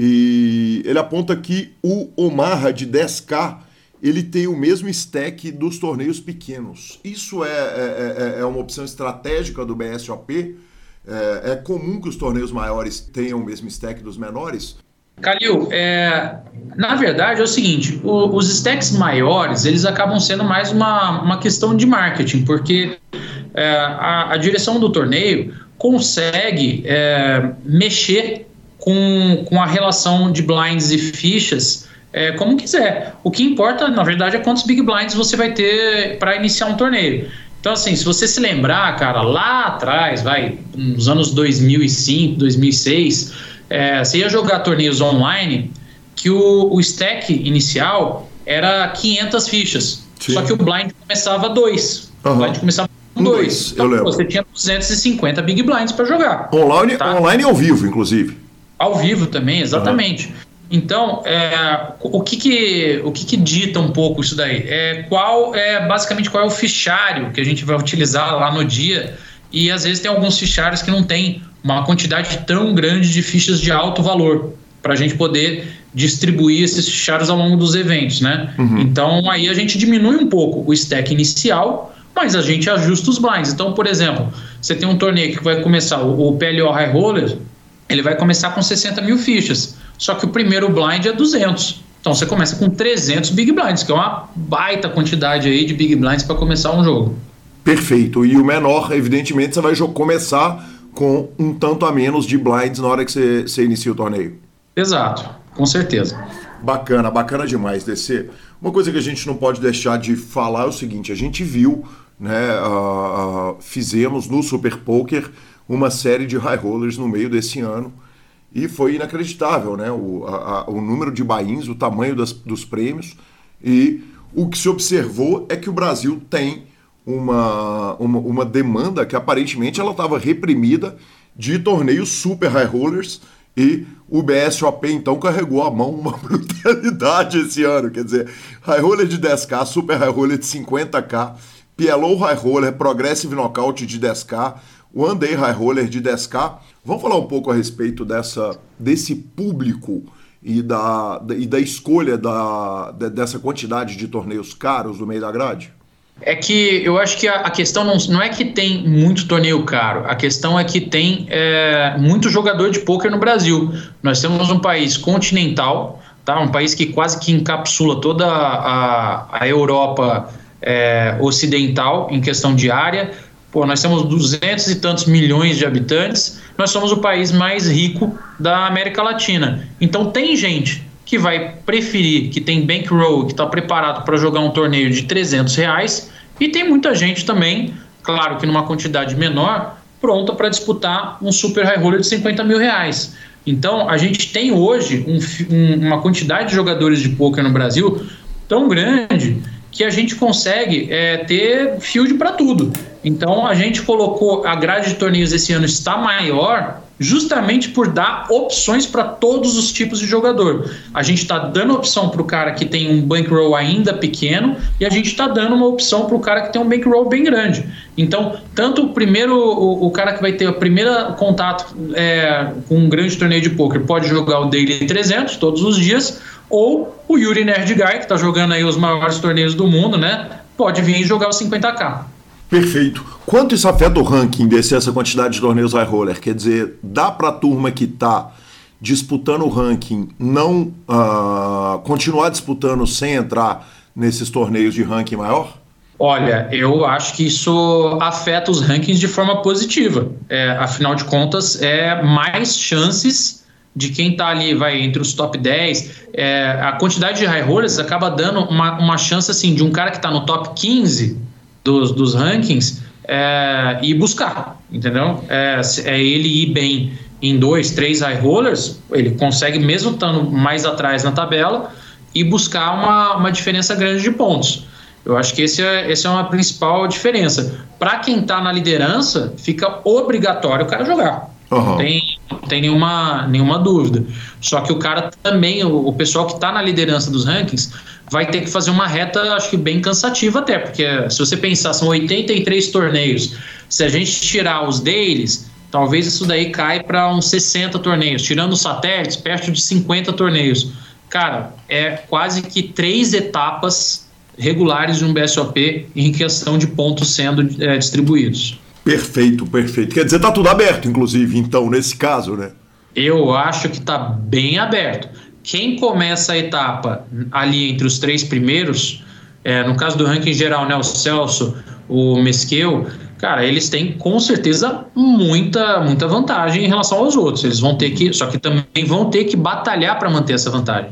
E ele aponta que o Omaha de dez K, ele tem o mesmo stack dos torneios pequenos. Isso é, é, é uma opção estratégica do B S O P? É, é comum que os torneios maiores tenham o mesmo stack dos menores? Calil, é, na verdade é o seguinte, o, os stacks maiores, eles acabam sendo mais uma, uma questão de marketing, porque é, a, a direção do torneio consegue é, mexer com, com a relação de blinds e fichas é, como quiser. O que importa, na verdade, é quantos big blinds você vai ter para iniciar um torneio. Então, assim, se você se lembrar, cara, lá atrás, vai, nos anos dois mil e cinco, dois mil e seis, é, você ia jogar torneios online que o, o stack inicial era quinhentas fichas. Sim. Só que o blind começava dois. Uhum. O blind começava com dois. Então, você tinha duzentos e cinquenta big blinds para jogar. Online, tá? Online ao vivo, inclusive. Ao vivo também, exatamente. Uhum. Então, é, o, que que, o que que dita um pouco isso daí? É, qual é basicamente qual é o fichário que a gente vai utilizar lá no dia, e às vezes tem alguns fichários que não tem uma quantidade tão grande de fichas de alto valor para a gente poder distribuir esses fichários ao longo dos eventos, né? Uhum. Então, aí a gente diminui um pouco o stack inicial, mas a gente ajusta os blinds. Então, por exemplo, você tem um torneio que vai começar, o, o P L O High Roller, ele vai começar com sessenta mil fichas. Só que o primeiro blind é duzentos. Então você começa com trezentos big blinds, que é uma baita quantidade aí de big blinds para começar um jogo. Perfeito. E o menor, evidentemente, você vai começar com um tanto a menos de blinds na hora que você, você inicia o torneio. Exato, com certeza. Bacana, bacana demais, D C. Uma coisa que a gente não pode deixar de falar é o seguinte, a gente viu, né, uh, uh, fizemos no Super Poker uma série de high rollers no meio desse ano, e foi inacreditável, né? O, a, a, o número de buy-ins, o tamanho das, dos prêmios, e o que se observou é que o Brasil tem uma, uma, uma demanda que aparentemente ela estava reprimida de torneios super high rollers, e o B S O P então carregou a mão uma brutalidade esse ano, quer dizer, high roller de dez K, super high roller de cinquenta K, P L O high roller, Progressive Knockout de dez K, One Day High Roller de dez K. Vamos falar um pouco a respeito dessa, desse público e da, e da escolha da, dessa quantidade de torneios caros no meio da grade? É que eu acho que a, a questão não, não é que tem muito torneio caro, a questão é que tem é, muito jogador de pôquer no Brasil. Nós temos um país continental, tá? Um país que quase que encapsula toda a, a Europa é, ocidental em questão de área. Pô, nós temos duzentos e tantos milhões de habitantes, nós somos o país mais rico da América Latina. Então tem gente que vai preferir, que tem bankroll, que está preparado para jogar um torneio de trezentos reais, e tem muita gente também, claro que numa quantidade menor, pronta para disputar um super high roller de cinquenta mil reais. Então a gente tem hoje um, um, uma quantidade de jogadores de poker no Brasil tão grande que a gente consegue é, ter field para tudo. Então a gente colocou, a grade de torneios esse ano está maior justamente por dar opções para todos os tipos de jogador. A gente está dando opção para o cara que tem um bankroll ainda pequeno, e a gente está dando uma opção para o cara que tem um bankroll bem grande. Então, tanto o primeiro, o, o cara que vai ter o primeiro contato é, com um grande torneio de poker pode jogar o Daily trezentos todos os dias, ou o Yuri Nerd Guy, que está jogando aí os maiores torneios do mundo, né, pode vir e jogar os cinquenta K. Perfeito. Quanto isso afeta o ranking desse, essa quantidade de torneios high roller? Quer dizer, dá para a turma que está disputando o ranking não uh, continuar disputando sem entrar nesses torneios de ranking maior? Olha, eu acho que isso afeta os rankings de forma positiva. É, afinal de contas, é mais chances de quem está ali, vai entre os top dez. É, a quantidade de high rollers acaba dando uma, uma chance assim, de um cara que está no top quinze dos, dos rankings é, ir buscar, entendeu? É, é ele ir bem em dois, três high rollers, ele consegue, mesmo estando mais atrás na tabela, e buscar uma, uma diferença grande de pontos. Eu acho que esse é, esse é uma principal diferença. Para quem está na liderança, fica obrigatório o cara jogar. Uhum. Não tem, não tem nenhuma, nenhuma dúvida. Só que o cara também, o, o pessoal que está na liderança dos rankings, vai ter que fazer uma reta, acho que bem cansativa até, porque se você pensar, são oitenta e três torneios. Se a gente tirar os dailies, talvez isso daí cai para uns sessenta torneios. Tirando os satélites, perto de cinquenta torneios. Cara, é quase que três etapas regulares de um B S O P em questão de pontos sendo é, distribuídos. Perfeito, perfeito. Quer dizer, tá tudo aberto, inclusive, então, nesse caso, né? Eu acho que tá bem aberto. Quem começa a etapa ali entre os três primeiros, é, no caso do ranking geral, né, o Celso, o Mesquel, cara, eles têm com certeza muita, muita vantagem em relação aos outros. Eles vão ter que, só que também vão ter que batalhar para manter essa vantagem.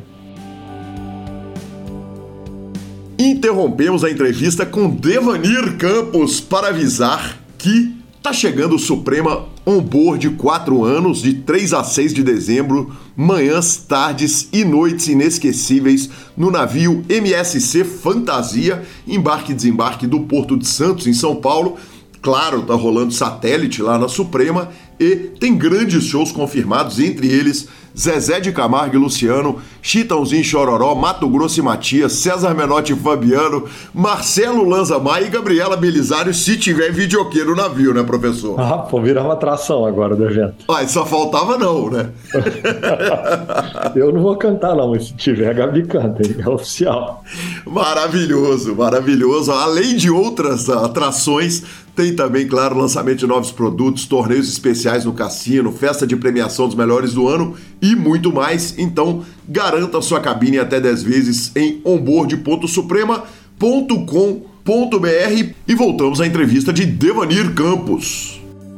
Interrompemos a entrevista com Devanir Campos para avisar que tá chegando o Suprema On-Board quatro anos, de três a seis de dezembro, manhãs, tardes e noites inesquecíveis no navio M S C Fantasia, embarque e desembarque do Porto de Santos, em São Paulo. Claro, tá rolando satélite lá na Suprema e tem grandes shows confirmados, entre eles Zezé de Camargo e Luciano, Chitãozinho e Chororó, Mato Grosso e Matias, César Menotti e Fabiano, Marcelo Lanza Maia e Gabriela Belisário, se tiver videokê no navio, né, professor? Ah, pô, virar uma atração agora do evento. Ah, só faltava não, né? Eu não vou cantar não, mas se tiver, a Gabi canta, hein? É oficial. Maravilhoso, maravilhoso. Além de outras atrações, tem também, claro, lançamento de novos produtos, torneios especiais no cassino, festa de premiação dos melhores do ano e muito mais. Então, garanta sua cabine até dez vezes em onboard ponto suprema ponto com ponto b r. E voltamos à entrevista de Devanir Campos.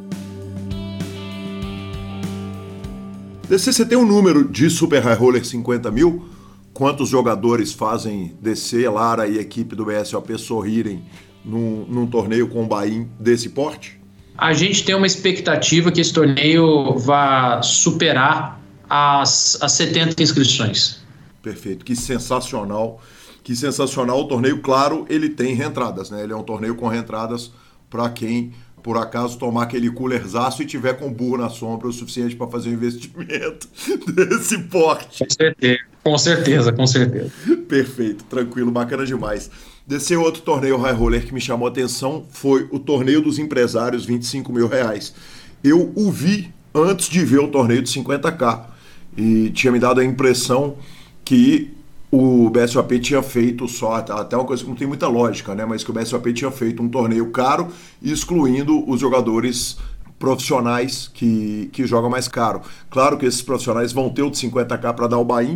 D C, você tem um número de Super High Roller cinquenta mil? Quantos jogadores fazem D C, Lara e equipe do B S O P sorrirem Num, num torneio com um buy-in desse porte? A gente tem uma expectativa que esse torneio vá superar as, as setenta inscrições. Perfeito, que sensacional. Que sensacional. O torneio, claro, ele tem reentradas, né? Ele é um torneio com reentradas para quem, por acaso, tomar aquele coolerzaço e tiver com burro na sombra o suficiente para fazer um investimento desse porte. Com certeza, com certeza, com certeza. Perfeito, tranquilo, bacana demais. Desse outro torneio High Roller que me chamou a atenção foi o torneio dos empresários, vinte e cinco mil reais. Eu o vi antes de ver o torneio de cinquenta K e tinha me dado a impressão que o B S O P tinha feito só, até uma coisa que não tem muita lógica, né? Mas que o B S O P tinha feito um torneio caro, excluindo os jogadores profissionais que, que jogam mais caro. Claro que esses profissionais vão ter o de cinquenta K para dar o buy-in,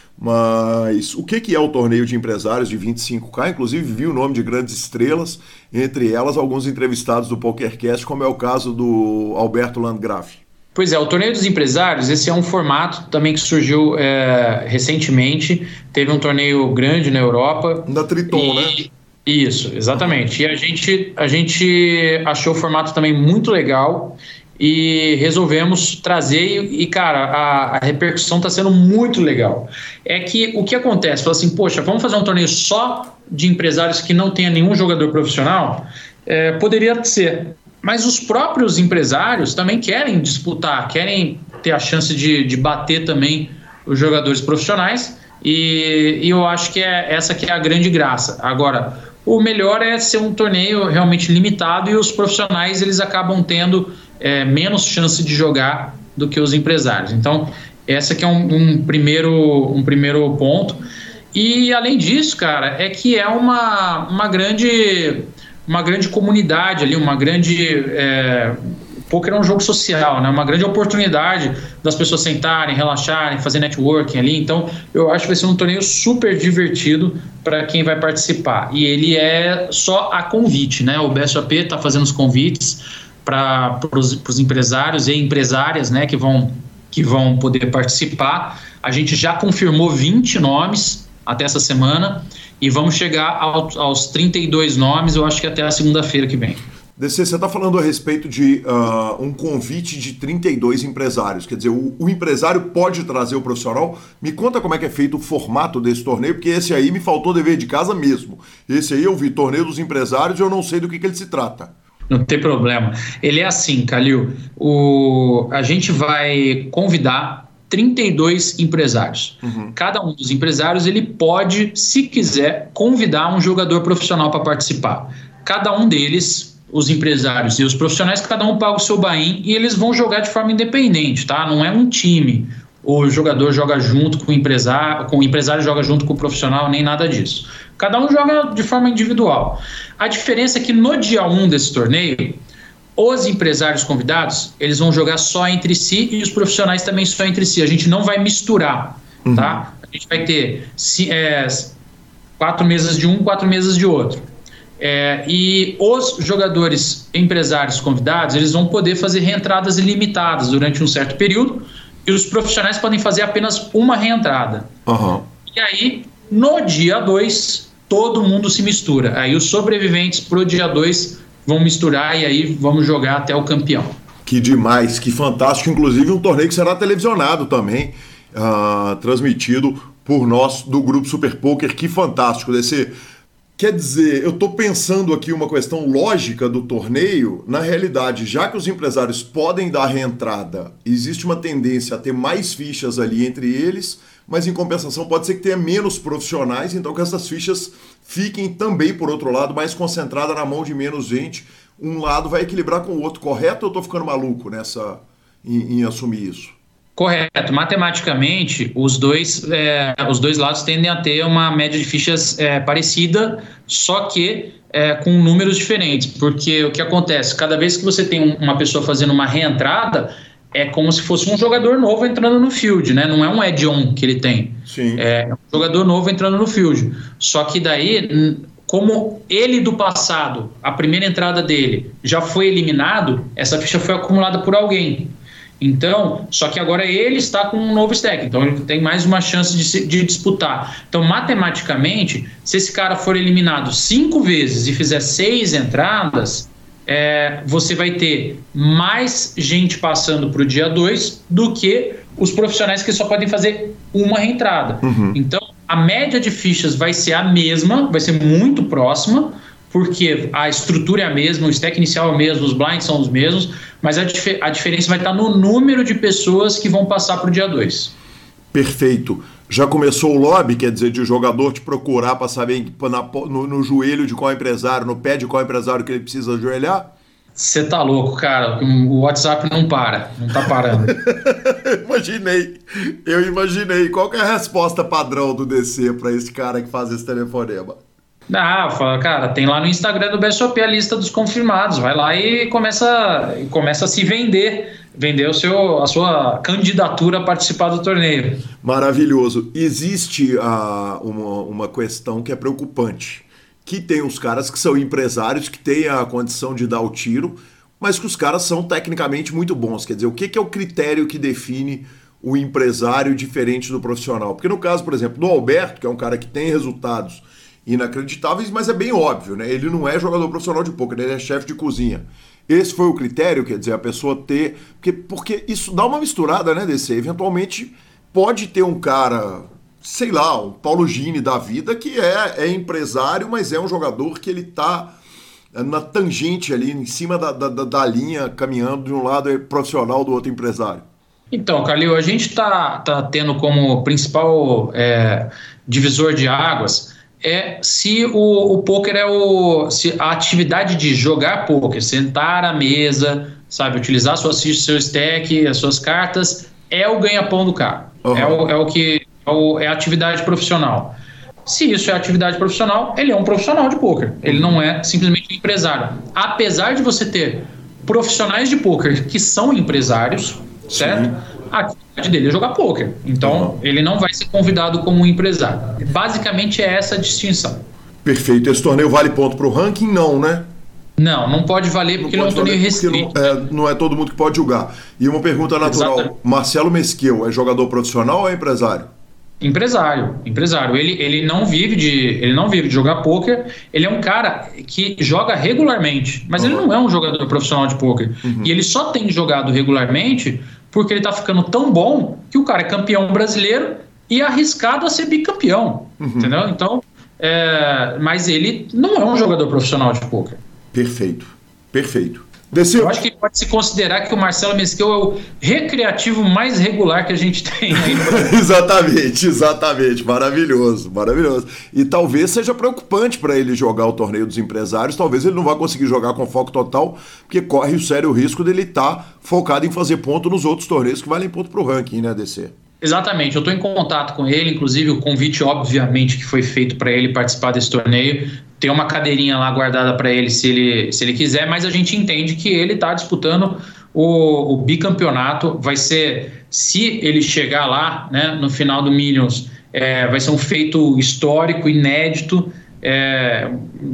mas o que, que é o torneio de empresários de vinte e cinco K? Inclusive vi o nome de grandes estrelas, entre elas alguns entrevistados do PokerCast, como é o caso do Alberto Landgraf. Pois é, o torneio dos empresários, esse é um formato também que surgiu é, recentemente, teve um torneio grande na Europa. Da Triton, e... né? Isso, exatamente. E a gente, a gente achou o formato também muito legal e resolvemos trazer e, e cara, a, a repercussão está sendo muito legal. É que o que acontece? Fala assim, poxa, vamos fazer um torneio só de empresários que não tenha nenhum jogador profissional? É, poderia ser, mas os próprios empresários também querem disputar, querem ter a chance de, de bater também os jogadores profissionais e, e eu acho que é essa que é a grande graça. Agora, o melhor é ser um torneio realmente limitado e os profissionais eles acabam tendo É, menos chance de jogar do que os empresários. Então, essa que é um, um, primeiro, um primeiro ponto. E, além disso, cara, é que é uma, uma, grande, uma grande comunidade ali, uma grande... É, o poker é um jogo social, né? Uma grande oportunidade das pessoas sentarem, relaxarem, fazer networking ali. Então, eu acho que vai ser um torneio super divertido para quem vai participar. E ele é só a convite, né? O B S O P está fazendo os convites para os empresários e empresárias, né, que vão, que vão poder participar. A gente já confirmou vinte nomes até essa semana e vamos chegar ao, aos trinta e dois nomes, eu acho que até a segunda-feira que vem. D C, você está falando a respeito de uh, um convite de trinta e dois empresários. Quer dizer, o, o empresário pode trazer o profissional. Me conta como é que é feito o formato desse torneio, porque esse aí me faltou dever de casa mesmo. Esse aí eu vi, Torneio dos Empresários, e eu não sei do que, que ele se trata. Não tem problema. Ele é assim, Calil. O, a gente vai convidar trinta e dois empresários. Uhum. Cada um dos empresários ele pode, se quiser, convidar um jogador profissional para participar. Cada um deles, os empresários e os profissionais, cada um paga o seu buy-in e eles vão jogar de forma independente, tá? Não é um time. O jogador joga junto com o empresário, com o empresário joga junto com o profissional, nem nada disso. Cada um joga de forma individual. A diferença é que no dia um desse torneio, os empresários convidados, eles vão jogar só entre si e os profissionais também só entre si. A gente não vai misturar, uhum. tá? A gente vai ter é, quatro mesas de um, quatro mesas de outro. É, e os jogadores empresários convidados, eles vão poder fazer reentradas ilimitadas durante um certo período e os profissionais podem fazer apenas uma reentrada. Uhum. E aí, no dia dois, todo mundo se mistura. Aí os sobreviventes pro dia dois vão misturar e aí vamos jogar até o campeão. Que demais, que fantástico. Inclusive um torneio que será televisionado também, uh, transmitido por nós do Grupo Super Poker. Que fantástico. Desse... Quer dizer, eu estou pensando aqui uma questão lógica do torneio. Na realidade, já que os empresários podem dar reentrada, existe uma tendência a ter mais fichas ali entre eles, mas em compensação pode ser que tenha menos profissionais, então que essas fichas fiquem também, por outro lado, mais concentradas na mão de menos gente. Um lado vai equilibrar com o outro, correto? Ou eu estou ficando maluco nessa, em, em assumir isso? Correto. Matematicamente, os dois, é, os dois lados tendem a ter uma média de fichas é, parecida, só que é, com números diferentes. Porque o que acontece? Cada vez que você tem uma pessoa fazendo uma reentrada, é como se fosse um jogador novo entrando no field, né? Não é um add-on que ele tem. Sim. É um jogador novo entrando no field. Só que daí, como ele do passado, a primeira entrada dele já foi eliminado, essa ficha foi acumulada por alguém. Então, só que agora ele está com um novo stack, então ele tem mais uma chance de, se, de disputar. Então, matematicamente, se esse cara for eliminado cinco vezes e fizer seis entradas, é, você vai ter mais gente passando para o dia dois do que os profissionais que só podem fazer uma reentrada. Uhum. Então, a média de fichas vai ser a mesma, vai ser muito próxima, porque a estrutura é a mesma, o stack inicial é o mesmo, os blinds são os mesmos, mas a, dif- a diferença vai estar no número de pessoas que vão passar para o dia dois. Perfeito. Já começou o lobby, quer dizer, de o jogador te procurar para saber na, no, no joelho de qual empresário, no pé de qual empresário que ele precisa ajoelhar? Você tá louco, cara. O WhatsApp não para, não tá parando. Imaginei, eu imaginei. Qual que é a resposta padrão do D C para esse cara que faz esse telefonema? Ah, fala, cara, tem lá no Instagram do B S O P a lista dos confirmados. Vai lá e começa, e começa a se vender, vender o seu, a sua candidatura a participar do torneio. Maravilhoso. Existe uh, uma, uma questão que é preocupante, que tem os caras que são empresários, que têm a condição de dar o tiro, mas que os caras são tecnicamente muito bons. Quer dizer, o que, que é o critério que define o empresário diferente do profissional? Porque no caso, por exemplo, do Alberto, que é um cara que tem resultados inacreditáveis, mas é bem óbvio, né? Ele não é jogador profissional de poker, ele é chefe de cozinha. Esse foi o critério, quer dizer, a pessoa ter... Porque, porque isso dá uma misturada, né, D C? Eventualmente pode ter um cara, sei lá, um Paulo Gini da vida, que é, é empresário, mas é um jogador que ele tá na tangente ali, em cima da, da, da linha, caminhando de um lado é profissional, do outro empresário. Então, Calil, a gente tá, tá tendo como principal é, divisor de águas é se o, o poker é o... se a atividade de jogar poker, sentar à mesa, sabe, utilizar suas fichas, seu stack, as suas cartas, é o ganha-pão do cara. Uhum. É, o, é o que... É, o, é a atividade profissional. Se isso é atividade profissional, ele é um profissional de poker. Ele não é simplesmente um empresário. Apesar de você ter profissionais de poker que são empresários, certo? Sim. A atividade dele é jogar poker. Então, uhum. ele não vai ser convidado como um empresário. Basicamente é essa a distinção. Perfeito. Esse torneio vale ponto para o ranking? Não, né? Não, não pode valer porque não ele é um torneio restrito. Não é, não é todo mundo que pode julgar. E uma pergunta natural. Exatamente. Marcelo Mesquil é jogador profissional ou é empresário? Empresário, empresário. Ele, ele não vive de, ele não vive de jogar pôquer. Ele é um cara que joga regularmente, mas uhum. ele não é um jogador profissional de pôquer. Uhum. E ele só tem jogado regularmente porque ele tá ficando tão bom que o cara é campeão brasileiro e arriscado a ser bicampeão, uhum. entendeu? Então, é, mas ele não é um jogador profissional de pôquer. Perfeito, perfeito. Desceu. Eu acho que pode se considerar que o Marcelo Mesquil é o recreativo mais regular que a gente tem aí no Brasil. Exatamente, exatamente. Maravilhoso, maravilhoso. E talvez seja preocupante para ele jogar o torneio dos empresários. Talvez ele não vá conseguir jogar com foco total, porque corre o sério risco dele estar focado em fazer ponto nos outros torneios que valem ponto para o ranking, né, D C? Exatamente, eu estou em contato com ele, inclusive o convite, obviamente, que foi feito para ele participar desse torneio. Tem uma cadeirinha lá guardada para ele se, ele se ele quiser, mas a gente entende que ele está disputando o, o bicampeonato. Vai ser, se ele chegar lá, né, no final do Millions, é, vai ser um feito histórico, inédito, é,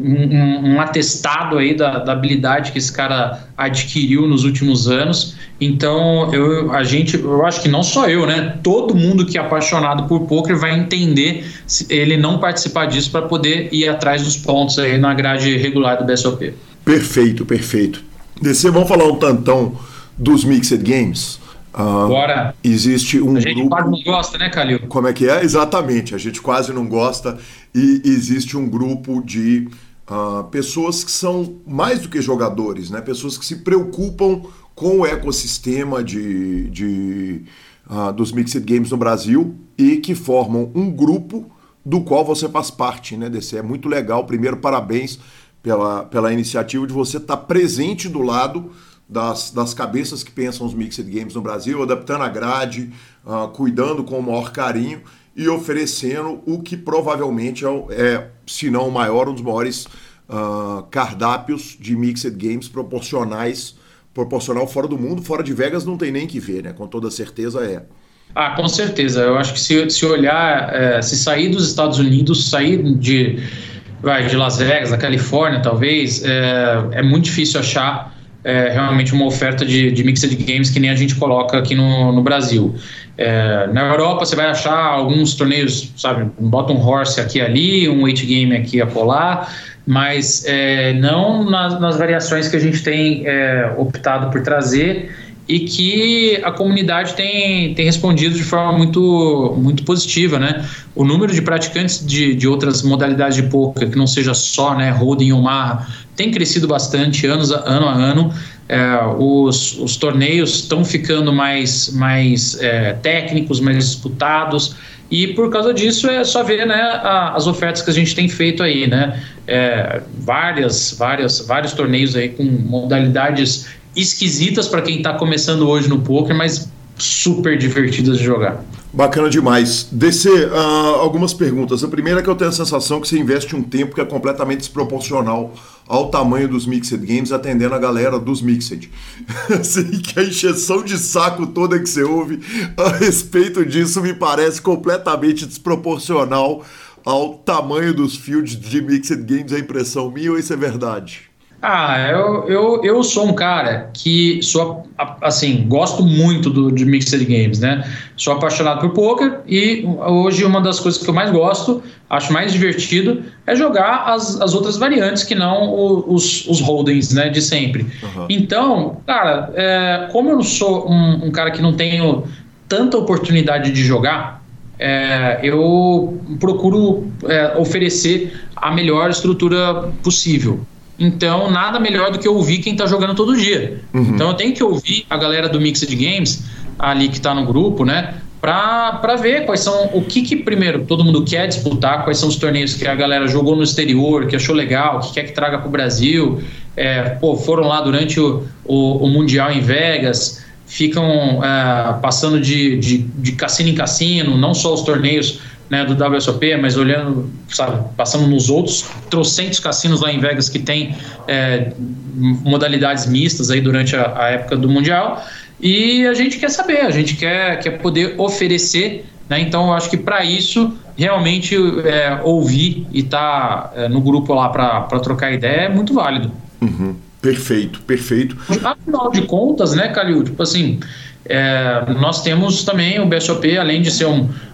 um, um atestado aí da, da habilidade que esse cara adquiriu nos últimos anos. Então, eu, a gente, eu acho que não só eu, né? Todo mundo que é apaixonado por pôquer vai entender se ele não participar disso para poder ir atrás dos pontos aí na grade regular do B S O P. Perfeito, perfeito. D C, vamos falar um tantão dos Mixed Games. Uh, Bora. Existe um A gente grupo... quase não gosta, né, Calil? Como é que é? Exatamente, a gente quase não gosta. E existe um grupo de uh, pessoas que são mais do que jogadores, né? Pessoas que se preocupam com o ecossistema de, de, uh, dos Mixed Games no Brasil e que formam um grupo do qual você faz parte, né, D C? É muito legal. Primeiro, parabéns pela, pela iniciativa de você estar presente do lado Das, das cabeças que pensam os Mixed Games no Brasil, adaptando a grade, uh, cuidando com o maior carinho e oferecendo o que provavelmente é, é se não o maior, um dos maiores uh, cardápios de Mixed Games proporcionais, proporcional fora do mundo. Fora de Vegas não tem nem que ver, né? Com toda certeza é. Ah, com certeza. Eu acho que se, se olhar, é, se sair dos Estados Unidos, sair de, vai, de Las Vegas, da Califórnia talvez, é, é muito difícil achar É, realmente uma oferta de, de Mixed Games que nem a gente coloca aqui no, no Brasil. É, na Europa você vai achar alguns torneios, sabe, um bottom horse aqui e ali, um eight game aqui e acolá, mas é, não nas, nas variações que a gente tem é, optado por trazer e que a comunidade tem, tem respondido de forma muito, muito positiva, né? O número de praticantes de, de outras modalidades de poker, que não seja só, né, Hold'em ou Marra, tem crescido bastante anos a, ano a ano. É, os, os torneios estão ficando mais, mais é, técnicos, mais disputados, e por causa disso é só ver, né, a, as ofertas que a gente tem feito aí, né? É, várias, várias, vários torneios aí com modalidades esquisitas para quem está começando hoje no poker, mas super divertidas de jogar. Bacana demais. D C, uh, algumas perguntas. A primeira é que eu tenho a sensação que você investe um tempo que é completamente desproporcional ao tamanho dos Mixed Games, atendendo a galera dos Mixed. Assim, que a encheção de saco toda que você ouve a respeito disso me parece completamente desproporcional ao tamanho dos fields de Mixed Games. É impressão minha ou isso é verdade? Ah, eu, eu, eu sou um cara que sou, assim, gosto muito do, de Mixed Games, né? Sou apaixonado por poker e hoje uma das coisas que eu mais gosto, acho mais divertido, é jogar as, as outras variantes que não os, os holdings, né, de sempre. Uhum. Então, cara, é, como eu não sou um, um cara que não tenho tanta oportunidade de jogar, é, eu procuro é, oferecer a melhor estrutura possível. Então, nada melhor do que ouvir quem está jogando todo dia. Uhum. Então, eu tenho que ouvir a galera do Mixed Games, ali que está no grupo, né? Para ver quais são, o que que, primeiro, todo mundo quer disputar, quais são os torneios que a galera jogou no exterior, que achou legal, que quer que traga para o Brasil. É, pô, foram lá durante o, o, o Mundial em Vegas, ficam é, passando de, de, de cassino em cassino, não só os torneios, né, do W S O P, mas olhando, sabe, passando nos outros trocentos cassinos lá em Vegas que tem é, modalidades mistas aí durante a, a época do Mundial, e a gente quer saber, a gente quer, quer poder oferecer, né, então eu acho que para isso realmente é, ouvir e estar tá, é, no grupo lá para trocar ideia é muito válido. Uhum. Perfeito, perfeito. Afinal de contas, né, Calil, tipo assim, é, nós temos também o B S O P, além de ser um,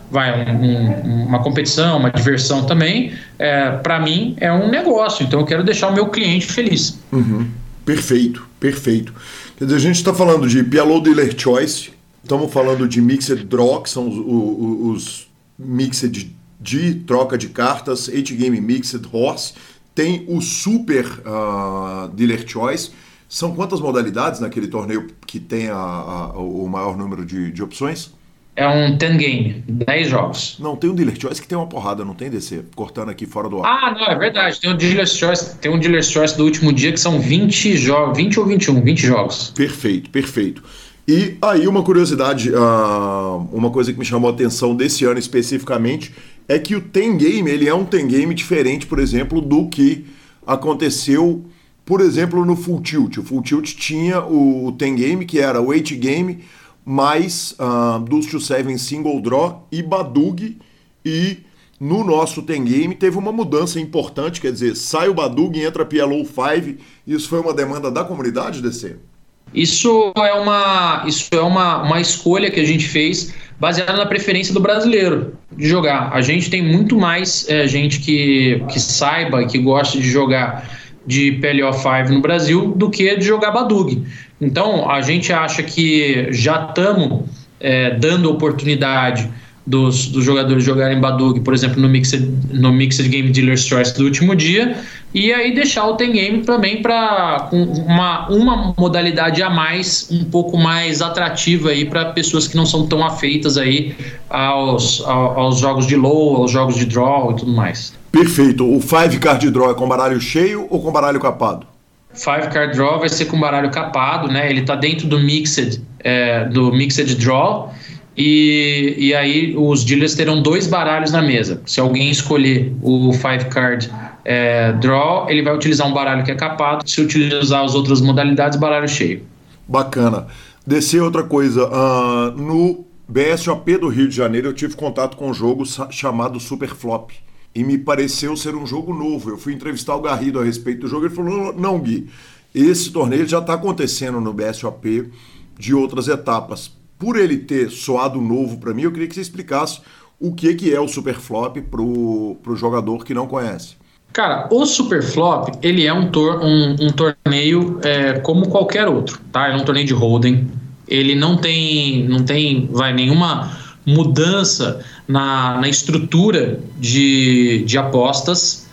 vai, um, um, uma competição, uma diversão também, é, para mim é um negócio, então eu quero deixar o meu cliente feliz. Uhum. Perfeito, perfeito. Quer dizer, a gente está falando de P L O Dealer Choice, estamos falando de Mixed Draw, que são os, os, os Mixed de troca de cartas, eight Game Mixed Horse, tem o Super uh, Dealer Choice. São quantas modalidades naquele torneio que tem a, a, o maior número de, de opções? É um ten game, dez jogos. Não, tem um Dealer Choice que tem uma porrada, não tem D C, cortando aqui fora do ar. Ah, não, é verdade, tem um Dealer's Choice, tem um Dealer's Choice do último dia que são vinte jogos, vinte ou vinte e um, vinte jogos. Perfeito, perfeito. E aí uma curiosidade, uh, uma coisa que me chamou a atenção desse ano especificamente, é que o ten game, ele é um ten game diferente, por exemplo, do que aconteceu, por exemplo, no Full Tilt. O Full Tilt tinha o ten game, que era o eight game, mais uh, Deuce to Seven Single Draw e Badug, e no nosso ten game teve uma mudança importante, quer dizer, sai o Badug e entra P L O cinco, isso foi uma demanda da comunidade, D C? Isso é uma, isso é uma, uma escolha que a gente fez baseada na preferência do brasileiro de jogar. A gente tem muito mais é, gente que, que saiba e que gosta de jogar de P L O cinco no Brasil do que de jogar Badug. Então, a gente acha que já estamos é, dando oportunidade dos, dos jogadores jogarem Badug, por exemplo, no Mixed, no Mixed Game Dealer's Choice do último dia, e aí deixar o ten game também para uma, uma modalidade a mais, um pouco mais atrativa aí para pessoas que não são tão afeitas aí aos, aos, aos jogos de low, aos jogos de draw e tudo mais. Perfeito. O five card draw é com baralho cheio ou com baralho capado? five card draw vai ser com baralho capado, né? Ele está dentro do Mixed, é, do Mixed Draw, e, e aí os dealers terão dois baralhos na mesa. Se alguém escolher o five card é, Draw, ele vai utilizar um baralho que é capado. Se utilizar as outras modalidades, baralho cheio. Bacana. Descer outra coisa, uh, no B S O P do Rio de Janeiro eu tive contato com um jogo chamado Super Flop. E me pareceu ser um jogo novo. Eu fui entrevistar o Garrido a respeito do jogo e ele falou, não, Gui, esse torneio já está acontecendo no B S O P de outras etapas. Por ele ter soado novo para mim, eu queria que você explicasse o que, que é o Super Flop para o jogador que não conhece. Cara, o Super Flop, ele é um, tor um, um torneio é, como qualquer outro, tá? Ele é um torneio de hold'em. Ele não tem, não tem vai, nenhuma mudança na, na estrutura de, de apostas.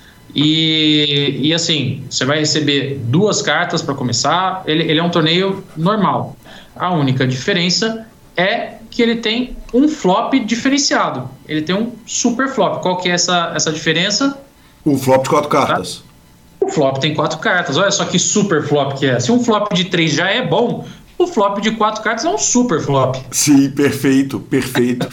E, e assim, você vai receber duas cartas para começar. Ele, ele é um torneio normal. A única diferença é que ele tem um flop diferenciado. Ele tem um super flop. Qual que é essa, essa diferença? O flop de quatro cartas. O flop tem quatro cartas. Olha só que super flop que é. Se um flop de três já é bom, o flop de quatro cartas é um super flop. Sim, perfeito, perfeito.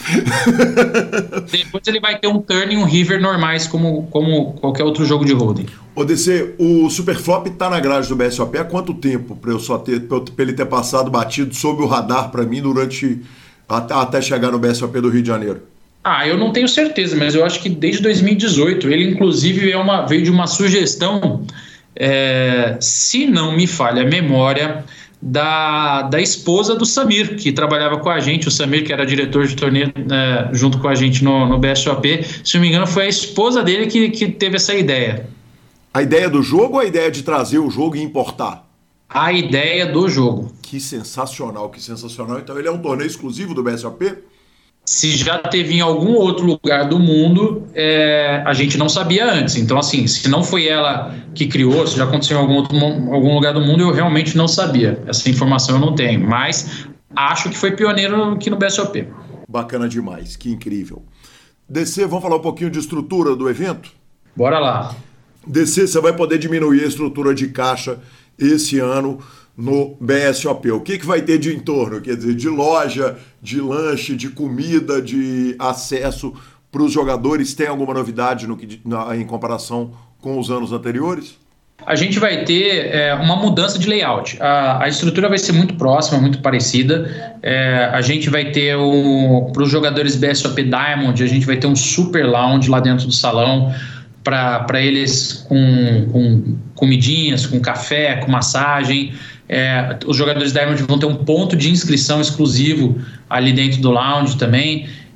Depois ele vai ter um turn e um river normais, como, como qualquer outro jogo de hold'em. Ô D C, o super flop tá na grade do B S O P há quanto tempo para eu só ter, pra ele ter passado batido sob o radar para mim durante até, até chegar no B S O P do Rio de Janeiro? Ah, eu não tenho certeza, mas eu acho que desde dois mil e dezoito. Ele inclusive é uma, veio de uma sugestão, é, se não me falha a memória, Da, da esposa do Samir, que trabalhava com a gente. O Samir, que era diretor de torneio é, junto com a gente no, no B S O P, se não me engano foi a esposa dele que, que teve essa ideia. A ideia do jogo ou a ideia de trazer o jogo e importar? A ideia do jogo. Que sensacional, que sensacional. Então ele é um torneio exclusivo do B S O P? Se já teve em algum outro lugar do mundo, é, a gente não sabia antes. Então, assim, se não foi ela que criou, se já aconteceu em algum, outro, algum lugar do mundo, eu realmente não sabia. Essa informação eu não tenho, mas acho que foi pioneiro aqui no B S O P. Bacana demais, que incrível. D C, vamos falar um pouquinho de estrutura do evento? Bora lá. D C, você vai poder diminuir a estrutura de caixa esse ano no B S O P. O que, que vai ter de entorno? Quer dizer, de loja, de lanche, de comida, de acesso para os jogadores. Tem alguma novidade no que, na, em comparação com os anos anteriores? A gente vai ter é, uma mudança de layout. A, a estrutura vai ser muito próxima, muito parecida. É, a gente vai ter, para os jogadores B S O P Diamond, a gente vai ter um super lounge lá dentro do salão, para eles com, com comidinhas, com café, com massagem. É, os jogadores Diamond vão ter um ponto de inscrição exclusivo ali dentro do lounge também.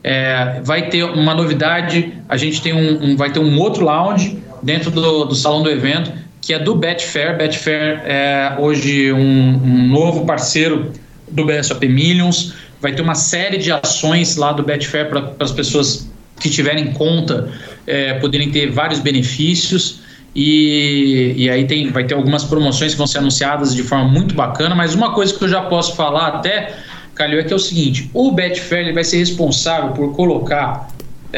É, vai ter uma novidade, a gente tem um, um, vai ter um outro lounge dentro do, do salão do evento, que é do Betfair. Betfair é hoje um, um novo parceiro do B S O P Millions. Vai ter uma série de ações lá do Betfair para as pessoas que tiverem conta é, poderem ter vários benefícios. E, e aí tem, vai ter algumas promoções que vão ser anunciadas de forma muito bacana. Mas uma coisa que eu já posso falar até, Calil, é que é o seguinte: o Betfair ele vai ser responsável por colocar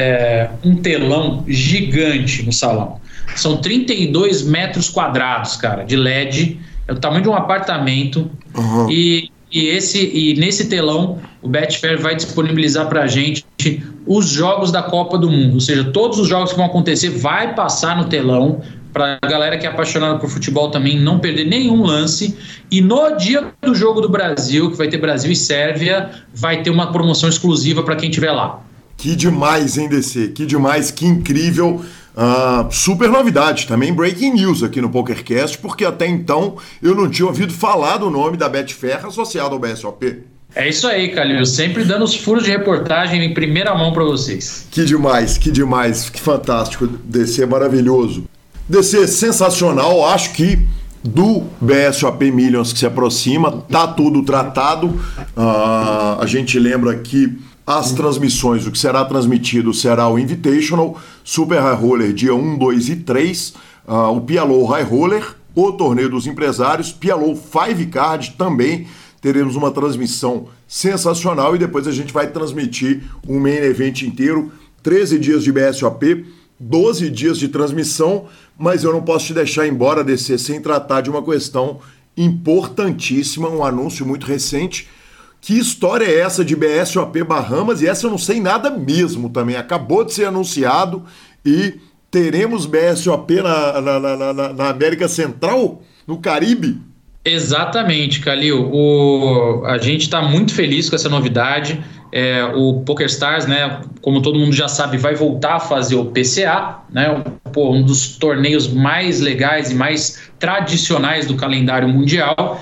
é, um telão gigante no salão. São trinta e dois metros quadrados, cara, de L E D, é o tamanho de um apartamento. Uhum. E, e, esse, e nesse telão, o Betfair vai disponibilizar pra gente os jogos da Copa do Mundo. Ou seja, todos os jogos que vão acontecer vai passar no telão, para a galera que é apaixonada por futebol também não perder nenhum lance. E no dia do jogo do Brasil, que vai ter Brasil e Sérvia, vai ter uma promoção exclusiva para quem estiver lá. Que demais, hein, D C? Que demais, que incrível. Uh, super novidade, também breaking news aqui no PokerCast, porque até então eu não tinha ouvido falar do nome da Betfair associado ao B S O P. É isso aí, Calil, sempre dando os furos de reportagem em primeira mão para vocês. Que demais, que demais, que fantástico, D C, maravilhoso. D C, sensacional, acho que do B S O P Millions que se aproxima, tá tudo tratado. Uh, a gente lembra que as transmissões, o que será transmitido será o Invitational, Super High Roller dia um, dois e três, uh, o P L O High Roller, o Torneio dos Empresários, P L O Five Card também. Teremos uma transmissão sensacional e depois a gente vai transmitir um main event inteiro, treze dias de B S O P, doze dias de transmissão, mas eu não posso te deixar embora, D C, sem tratar de uma questão importantíssima, um anúncio muito recente. Que história é essa de B S O P Bahamas? E essa eu não sei nada mesmo também. Acabou de ser anunciado e teremos B S O P na, na, na, na, na América Central, no Caribe? Exatamente, Calil. O, a gente está muito feliz com essa novidade. É, o PokerStars, né, como todo mundo já sabe, vai voltar a fazer o P C A, né, pô, um dos torneios mais legais e mais tradicionais do calendário mundial.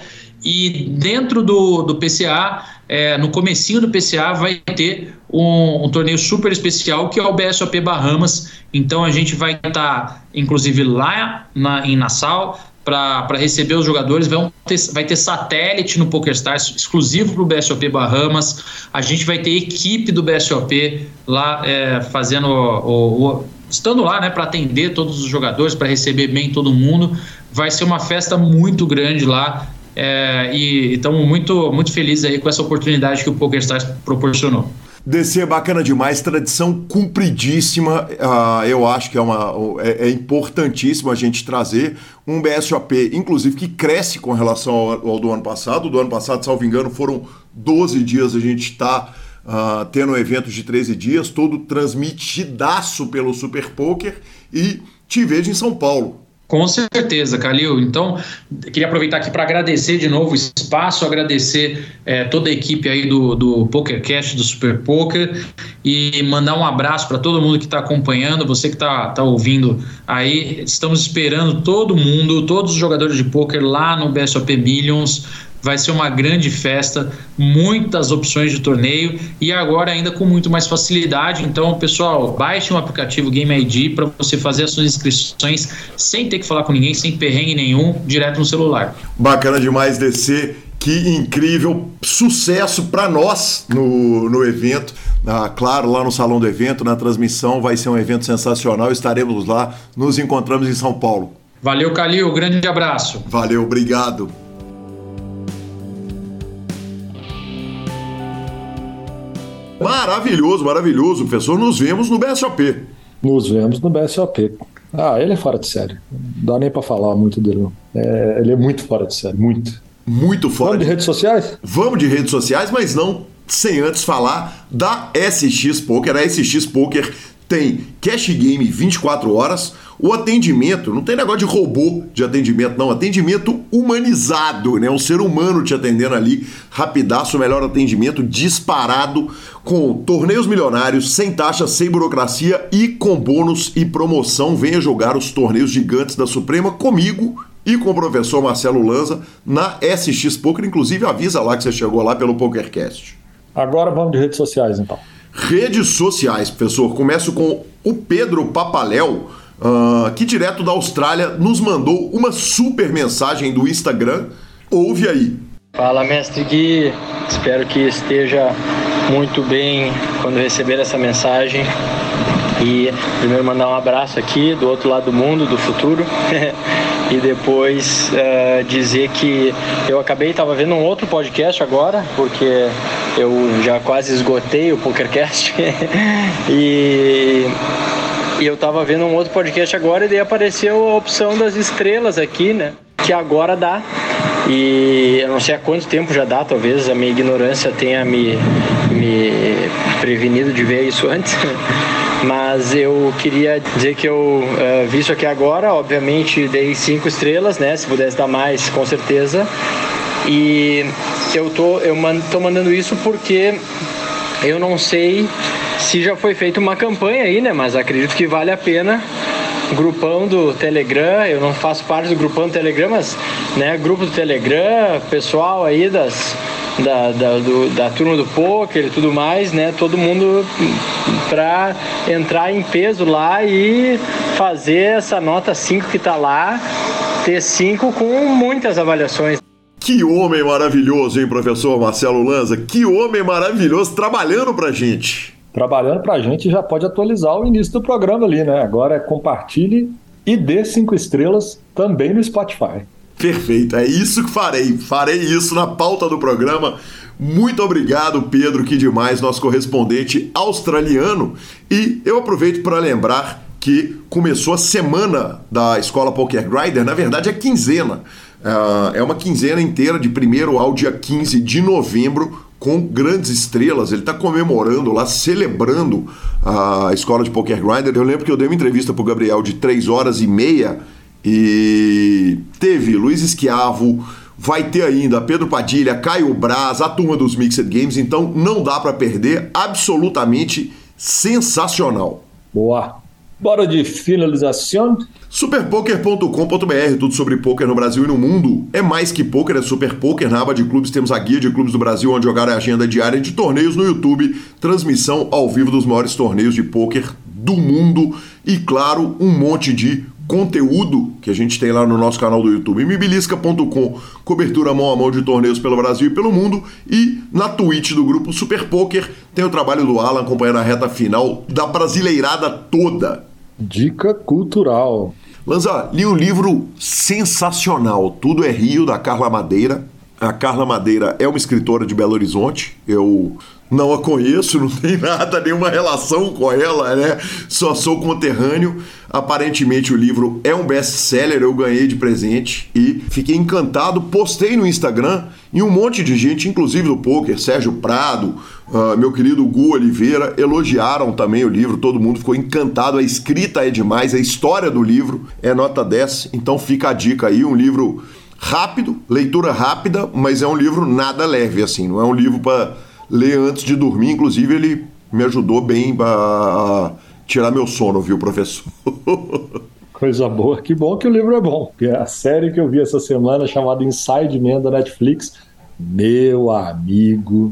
E dentro do, do P C A, é, no comecinho do P C A, vai ter um, um torneio super especial, que é o B S O P Bahamas. Então a gente vai estar, tá, inclusive, lá na, em Nassau, para receber os jogadores. Vai ter, vai ter satélite no PokerStars exclusivo para o B S O P Bahamas. A gente vai ter equipe do B S O P lá é, fazendo o, o, estando lá, né, para atender todos os jogadores, para receber bem todo mundo. Vai ser uma festa muito grande lá. É, e estamos muito, muito felizes aí com essa oportunidade que o PokerStars proporcionou. D C, bacana demais, tradição cumpridíssima. Uh, eu acho que é, uma, é, é importantíssimo a gente trazer um B S O P, inclusive, que cresce com relação ao, ao do ano passado. Do ano passado, salvo engano, foram doze dias. A gente está uh, tendo um evento de treze dias, todo transmitidaço pelo Super Poker, e te vejo em São Paulo. Com certeza, Calil. Então, queria aproveitar aqui para agradecer de novo o espaço, agradecer é, toda a equipe aí do, do PokerCast, do Super Poker, e mandar um abraço para todo mundo que está acompanhando, você que está tá ouvindo aí. Estamos esperando todo mundo, todos os jogadores de poker lá no B S O P Millions. Vai ser uma grande festa, muitas opções de torneio e agora ainda com muito mais facilidade. Então, pessoal, baixe o aplicativo Game I D para você fazer as suas inscrições sem ter que falar com ninguém, sem perrengue nenhum, direto no celular. Bacana demais, D C. Que incrível sucesso para nós no, no evento. Ah, claro, lá no salão do evento, na transmissão, vai ser um evento sensacional. Estaremos lá, nos encontramos em São Paulo. Valeu, Calil, grande abraço. Valeu, obrigado. Maravilhoso, maravilhoso, professor. Nos vemos no B S O P. Nos vemos no B S O P. Ah, ele é fora de série. Não dá nem pra falar muito dele, não. É, ele é muito fora de série, muito. Muito fora. Vamos de redes sociais? Vamos de redes sociais, mas não sem antes falar da S X Poker. A S X Poker tem cash game vinte e quatro horas, o atendimento, não tem negócio de robô de atendimento, não, atendimento humanizado, né? Um ser humano te atendendo ali, rapidaço, o melhor atendimento, disparado, com torneios milionários, sem taxa, sem burocracia e com bônus e promoção. Venha jogar os torneios gigantes da Suprema comigo e com o professor Marcelo Lanza na S X Poker. Inclusive, avisa lá que você chegou lá pelo PokerCast. Agora vamos de redes sociais, então. Redes sociais, professor. Começo com o Pedro Papaléu, uh, que direto da Austrália nos mandou uma super mensagem do Instagram. Ouve aí. Fala, mestre Gui. Espero que esteja muito bem quando receber essa mensagem. E primeiro mandar um abraço aqui do outro lado do mundo, do futuro. E depois uh, dizer que eu acabei, estava vendo um outro podcast agora, porque eu já quase esgotei o PokerCast. e, e eu estava vendo um outro podcast agora e daí apareceu a opção das estrelas aqui, né? Que agora dá. E eu não sei há quanto tempo já dá, talvez a minha ignorância tenha me, me prevenido de ver isso antes. Mas eu queria dizer que eu uh, vi isso aqui agora, obviamente dei cinco estrelas, né? Se pudesse dar mais, com certeza. E eu tô, eu man, tô mandando isso porque eu não sei se já foi feita uma campanha aí, né? Mas acredito que vale a pena. Grupão do Telegram, eu não faço parte do grupão do Telegram, mas, né, grupo do Telegram, pessoal aí das, da, da, do, da turma do poker e tudo mais, né, todo mundo para entrar em peso lá e fazer essa nota cinco que tá lá, ter cinco com muitas avaliações. Que homem maravilhoso, hein, professor Marcelo Lanza? Que homem maravilhoso trabalhando pra gente. Trabalhando pra gente, já pode atualizar o início do programa ali, né? Agora é compartilhe e dê cinco estrelas também no Spotify. Perfeito, é isso que farei. Farei isso na pauta do programa. Muito obrigado, Pedro, que demais, nosso correspondente australiano. E eu aproveito para lembrar que começou a semana da Escola Poker Grinder, na verdade é quinzena. É uma quinzena inteira, de primeiro ao dia quinze de novembro, com grandes estrelas. Ele está comemorando lá, celebrando a Escola de Poker Grinder. Eu lembro que eu dei uma entrevista para o Gabriel de três horas e meia e teve Luiz Esquiavo, vai ter ainda Pedro Padilha, Caio Braz, a turma dos Mixed Games, então não dá para perder, absolutamente sensacional. Boa. Bora de finalização. superpoker ponto com ponto b r, tudo sobre poker no Brasil e no mundo. É mais que poker, é Super Poker. Na aba de clubes temos a guia de clubes do Brasil, onde jogar a agenda diária de torneios no YouTube, transmissão ao vivo dos maiores torneios de poker do mundo e, claro, um monte de conteúdo que a gente tem lá no nosso canal do YouTube. mibilisca ponto com, cobertura mão a mão de torneios pelo Brasil e pelo mundo. E na Twitch do grupo Super Poker tem o trabalho do Alan acompanhando a reta final da brasileirada toda. Dica cultural. Lanza, li um livro sensacional, Tudo é Rio, da Carla Madeira. A Carla Madeira é uma escritora de Belo Horizonte. Eu não a conheço, não tem nada, nenhuma relação com ela, né? Só sou conterrâneo. Aparentemente o livro é um best-seller, eu ganhei de presente e fiquei encantado. Postei no Instagram e um monte de gente, inclusive do poker, Sérgio Prado, uh, meu querido Gu Oliveira, elogiaram também o livro. Todo mundo ficou encantado, a escrita é demais, a história do livro é nota dez, então fica a dica aí, um livro rápido, leitura rápida, mas é um livro nada leve, assim, não é um livro para ler antes de dormir. Inclusive ele me ajudou bem a tirar meu sono, viu, professor? Coisa boa, que bom que o livro é bom, porque a série que eu vi essa semana, chamada Inside Man, da Netflix, meu amigo,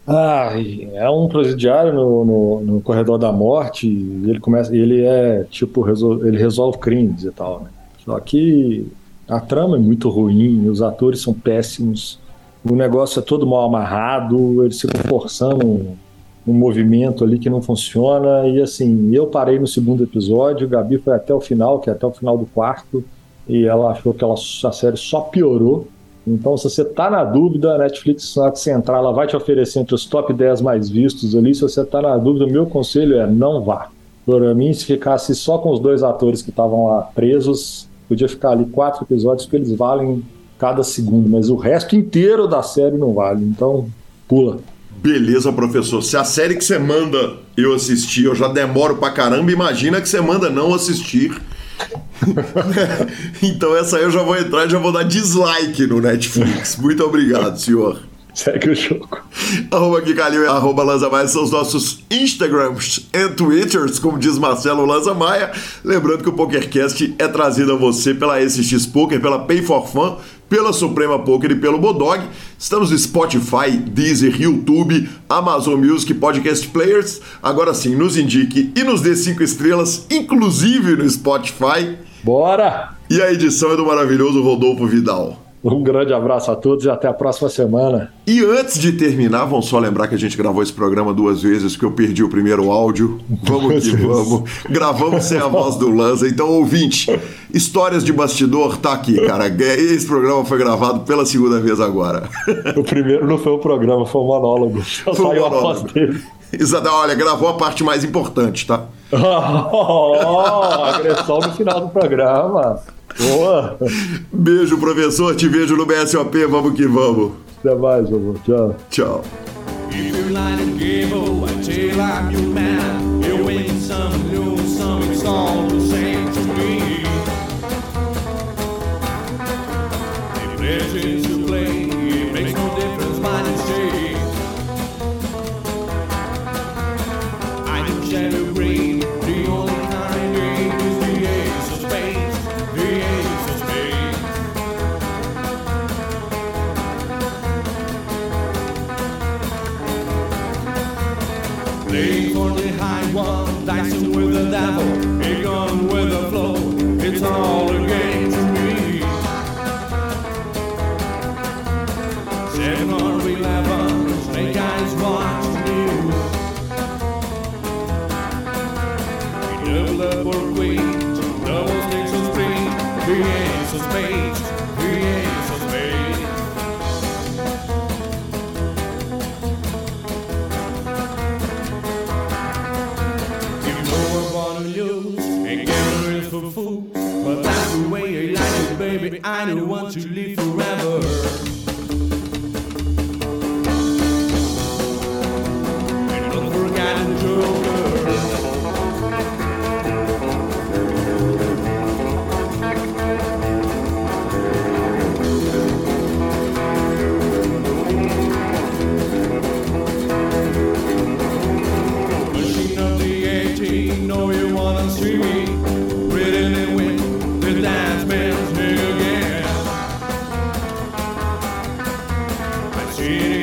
ai, é um presidiário no, no, no corredor da morte, e ele começa, ele é tipo, resol, ele resolve crimes e tal, né? Só que a trama é muito ruim, os atores são péssimos, o negócio é todo mal amarrado, eles ficam forçando um, um movimento ali que não funciona, e assim, eu parei no segundo episódio, Gabi foi até o final, que é até o final do quarto, e ela achou que ela, a série só piorou. Então, se você tá na dúvida, a Netflix, na hora que você entrar, ela vai te oferecer entre os top dez mais vistos ali. Se você tá na dúvida, o meu conselho é não vá. Para mim, se ficasse só com os dois atores que estavam lá presos, podia ficar ali quatro episódios, porque eles valem cada segundo, mas o resto inteiro da série não vale. Então, pula. Beleza, professor. Se a série que você manda eu assistir, eu já demoro pra caramba, imagina que você manda não assistir. Então essa aí eu já vou entrar e já vou dar dislike no Netflix. Muito obrigado, senhor. Segue o jogo. Arroba Gui Calil e arroba Lanza Maia são os nossos Instagrams e Twitters, como diz Marcelo Lanza Maia. Lembrando que o PokerCast é trazido a você pela S X Poker, pela Pay for Fun, pela Suprema Poker e pelo Bodog. Estamos no Spotify, Deezer, YouTube, Amazon Music, Podcast Players. Agora sim, nos indique e nos dê cinco estrelas, inclusive no Spotify. Bora! E a edição é do maravilhoso Rodolfo Vidal. Um grande abraço a todos e até a próxima semana. E antes de terminar, vamos só lembrar que a gente gravou esse programa duas vezes, porque eu perdi o primeiro áudio. Vamos que vamos. Gravamos sem a voz do Lanza. Então, ouvinte, histórias de bastidor, tá aqui, cara. Esse programa foi gravado pela segunda vez agora. O primeiro não foi o programa, foi o monólogo. Só foi saiu monólogo. A voz dele. Exato. Olha, gravou a parte mais importante, tá? Oh, agressão no final do programa. Boa! Beijo, professor. Te vejo no B S O P. Vamos que vamos. Até mais, amor. Tchau. Tchau. Playing for the high one, dicing with the devil, a gun with the flow, it's all a game to me. Seven or eleven, snake eyes watch the news. We double up or queen, double sticks of spring, three aces of spades, three aces of spades. But that's the way I like it, baby. I don't want to live forever. And don't forget the joker. Machine of the eighteen, know you wanna see me. Written in wind, the dance man's here again. I see it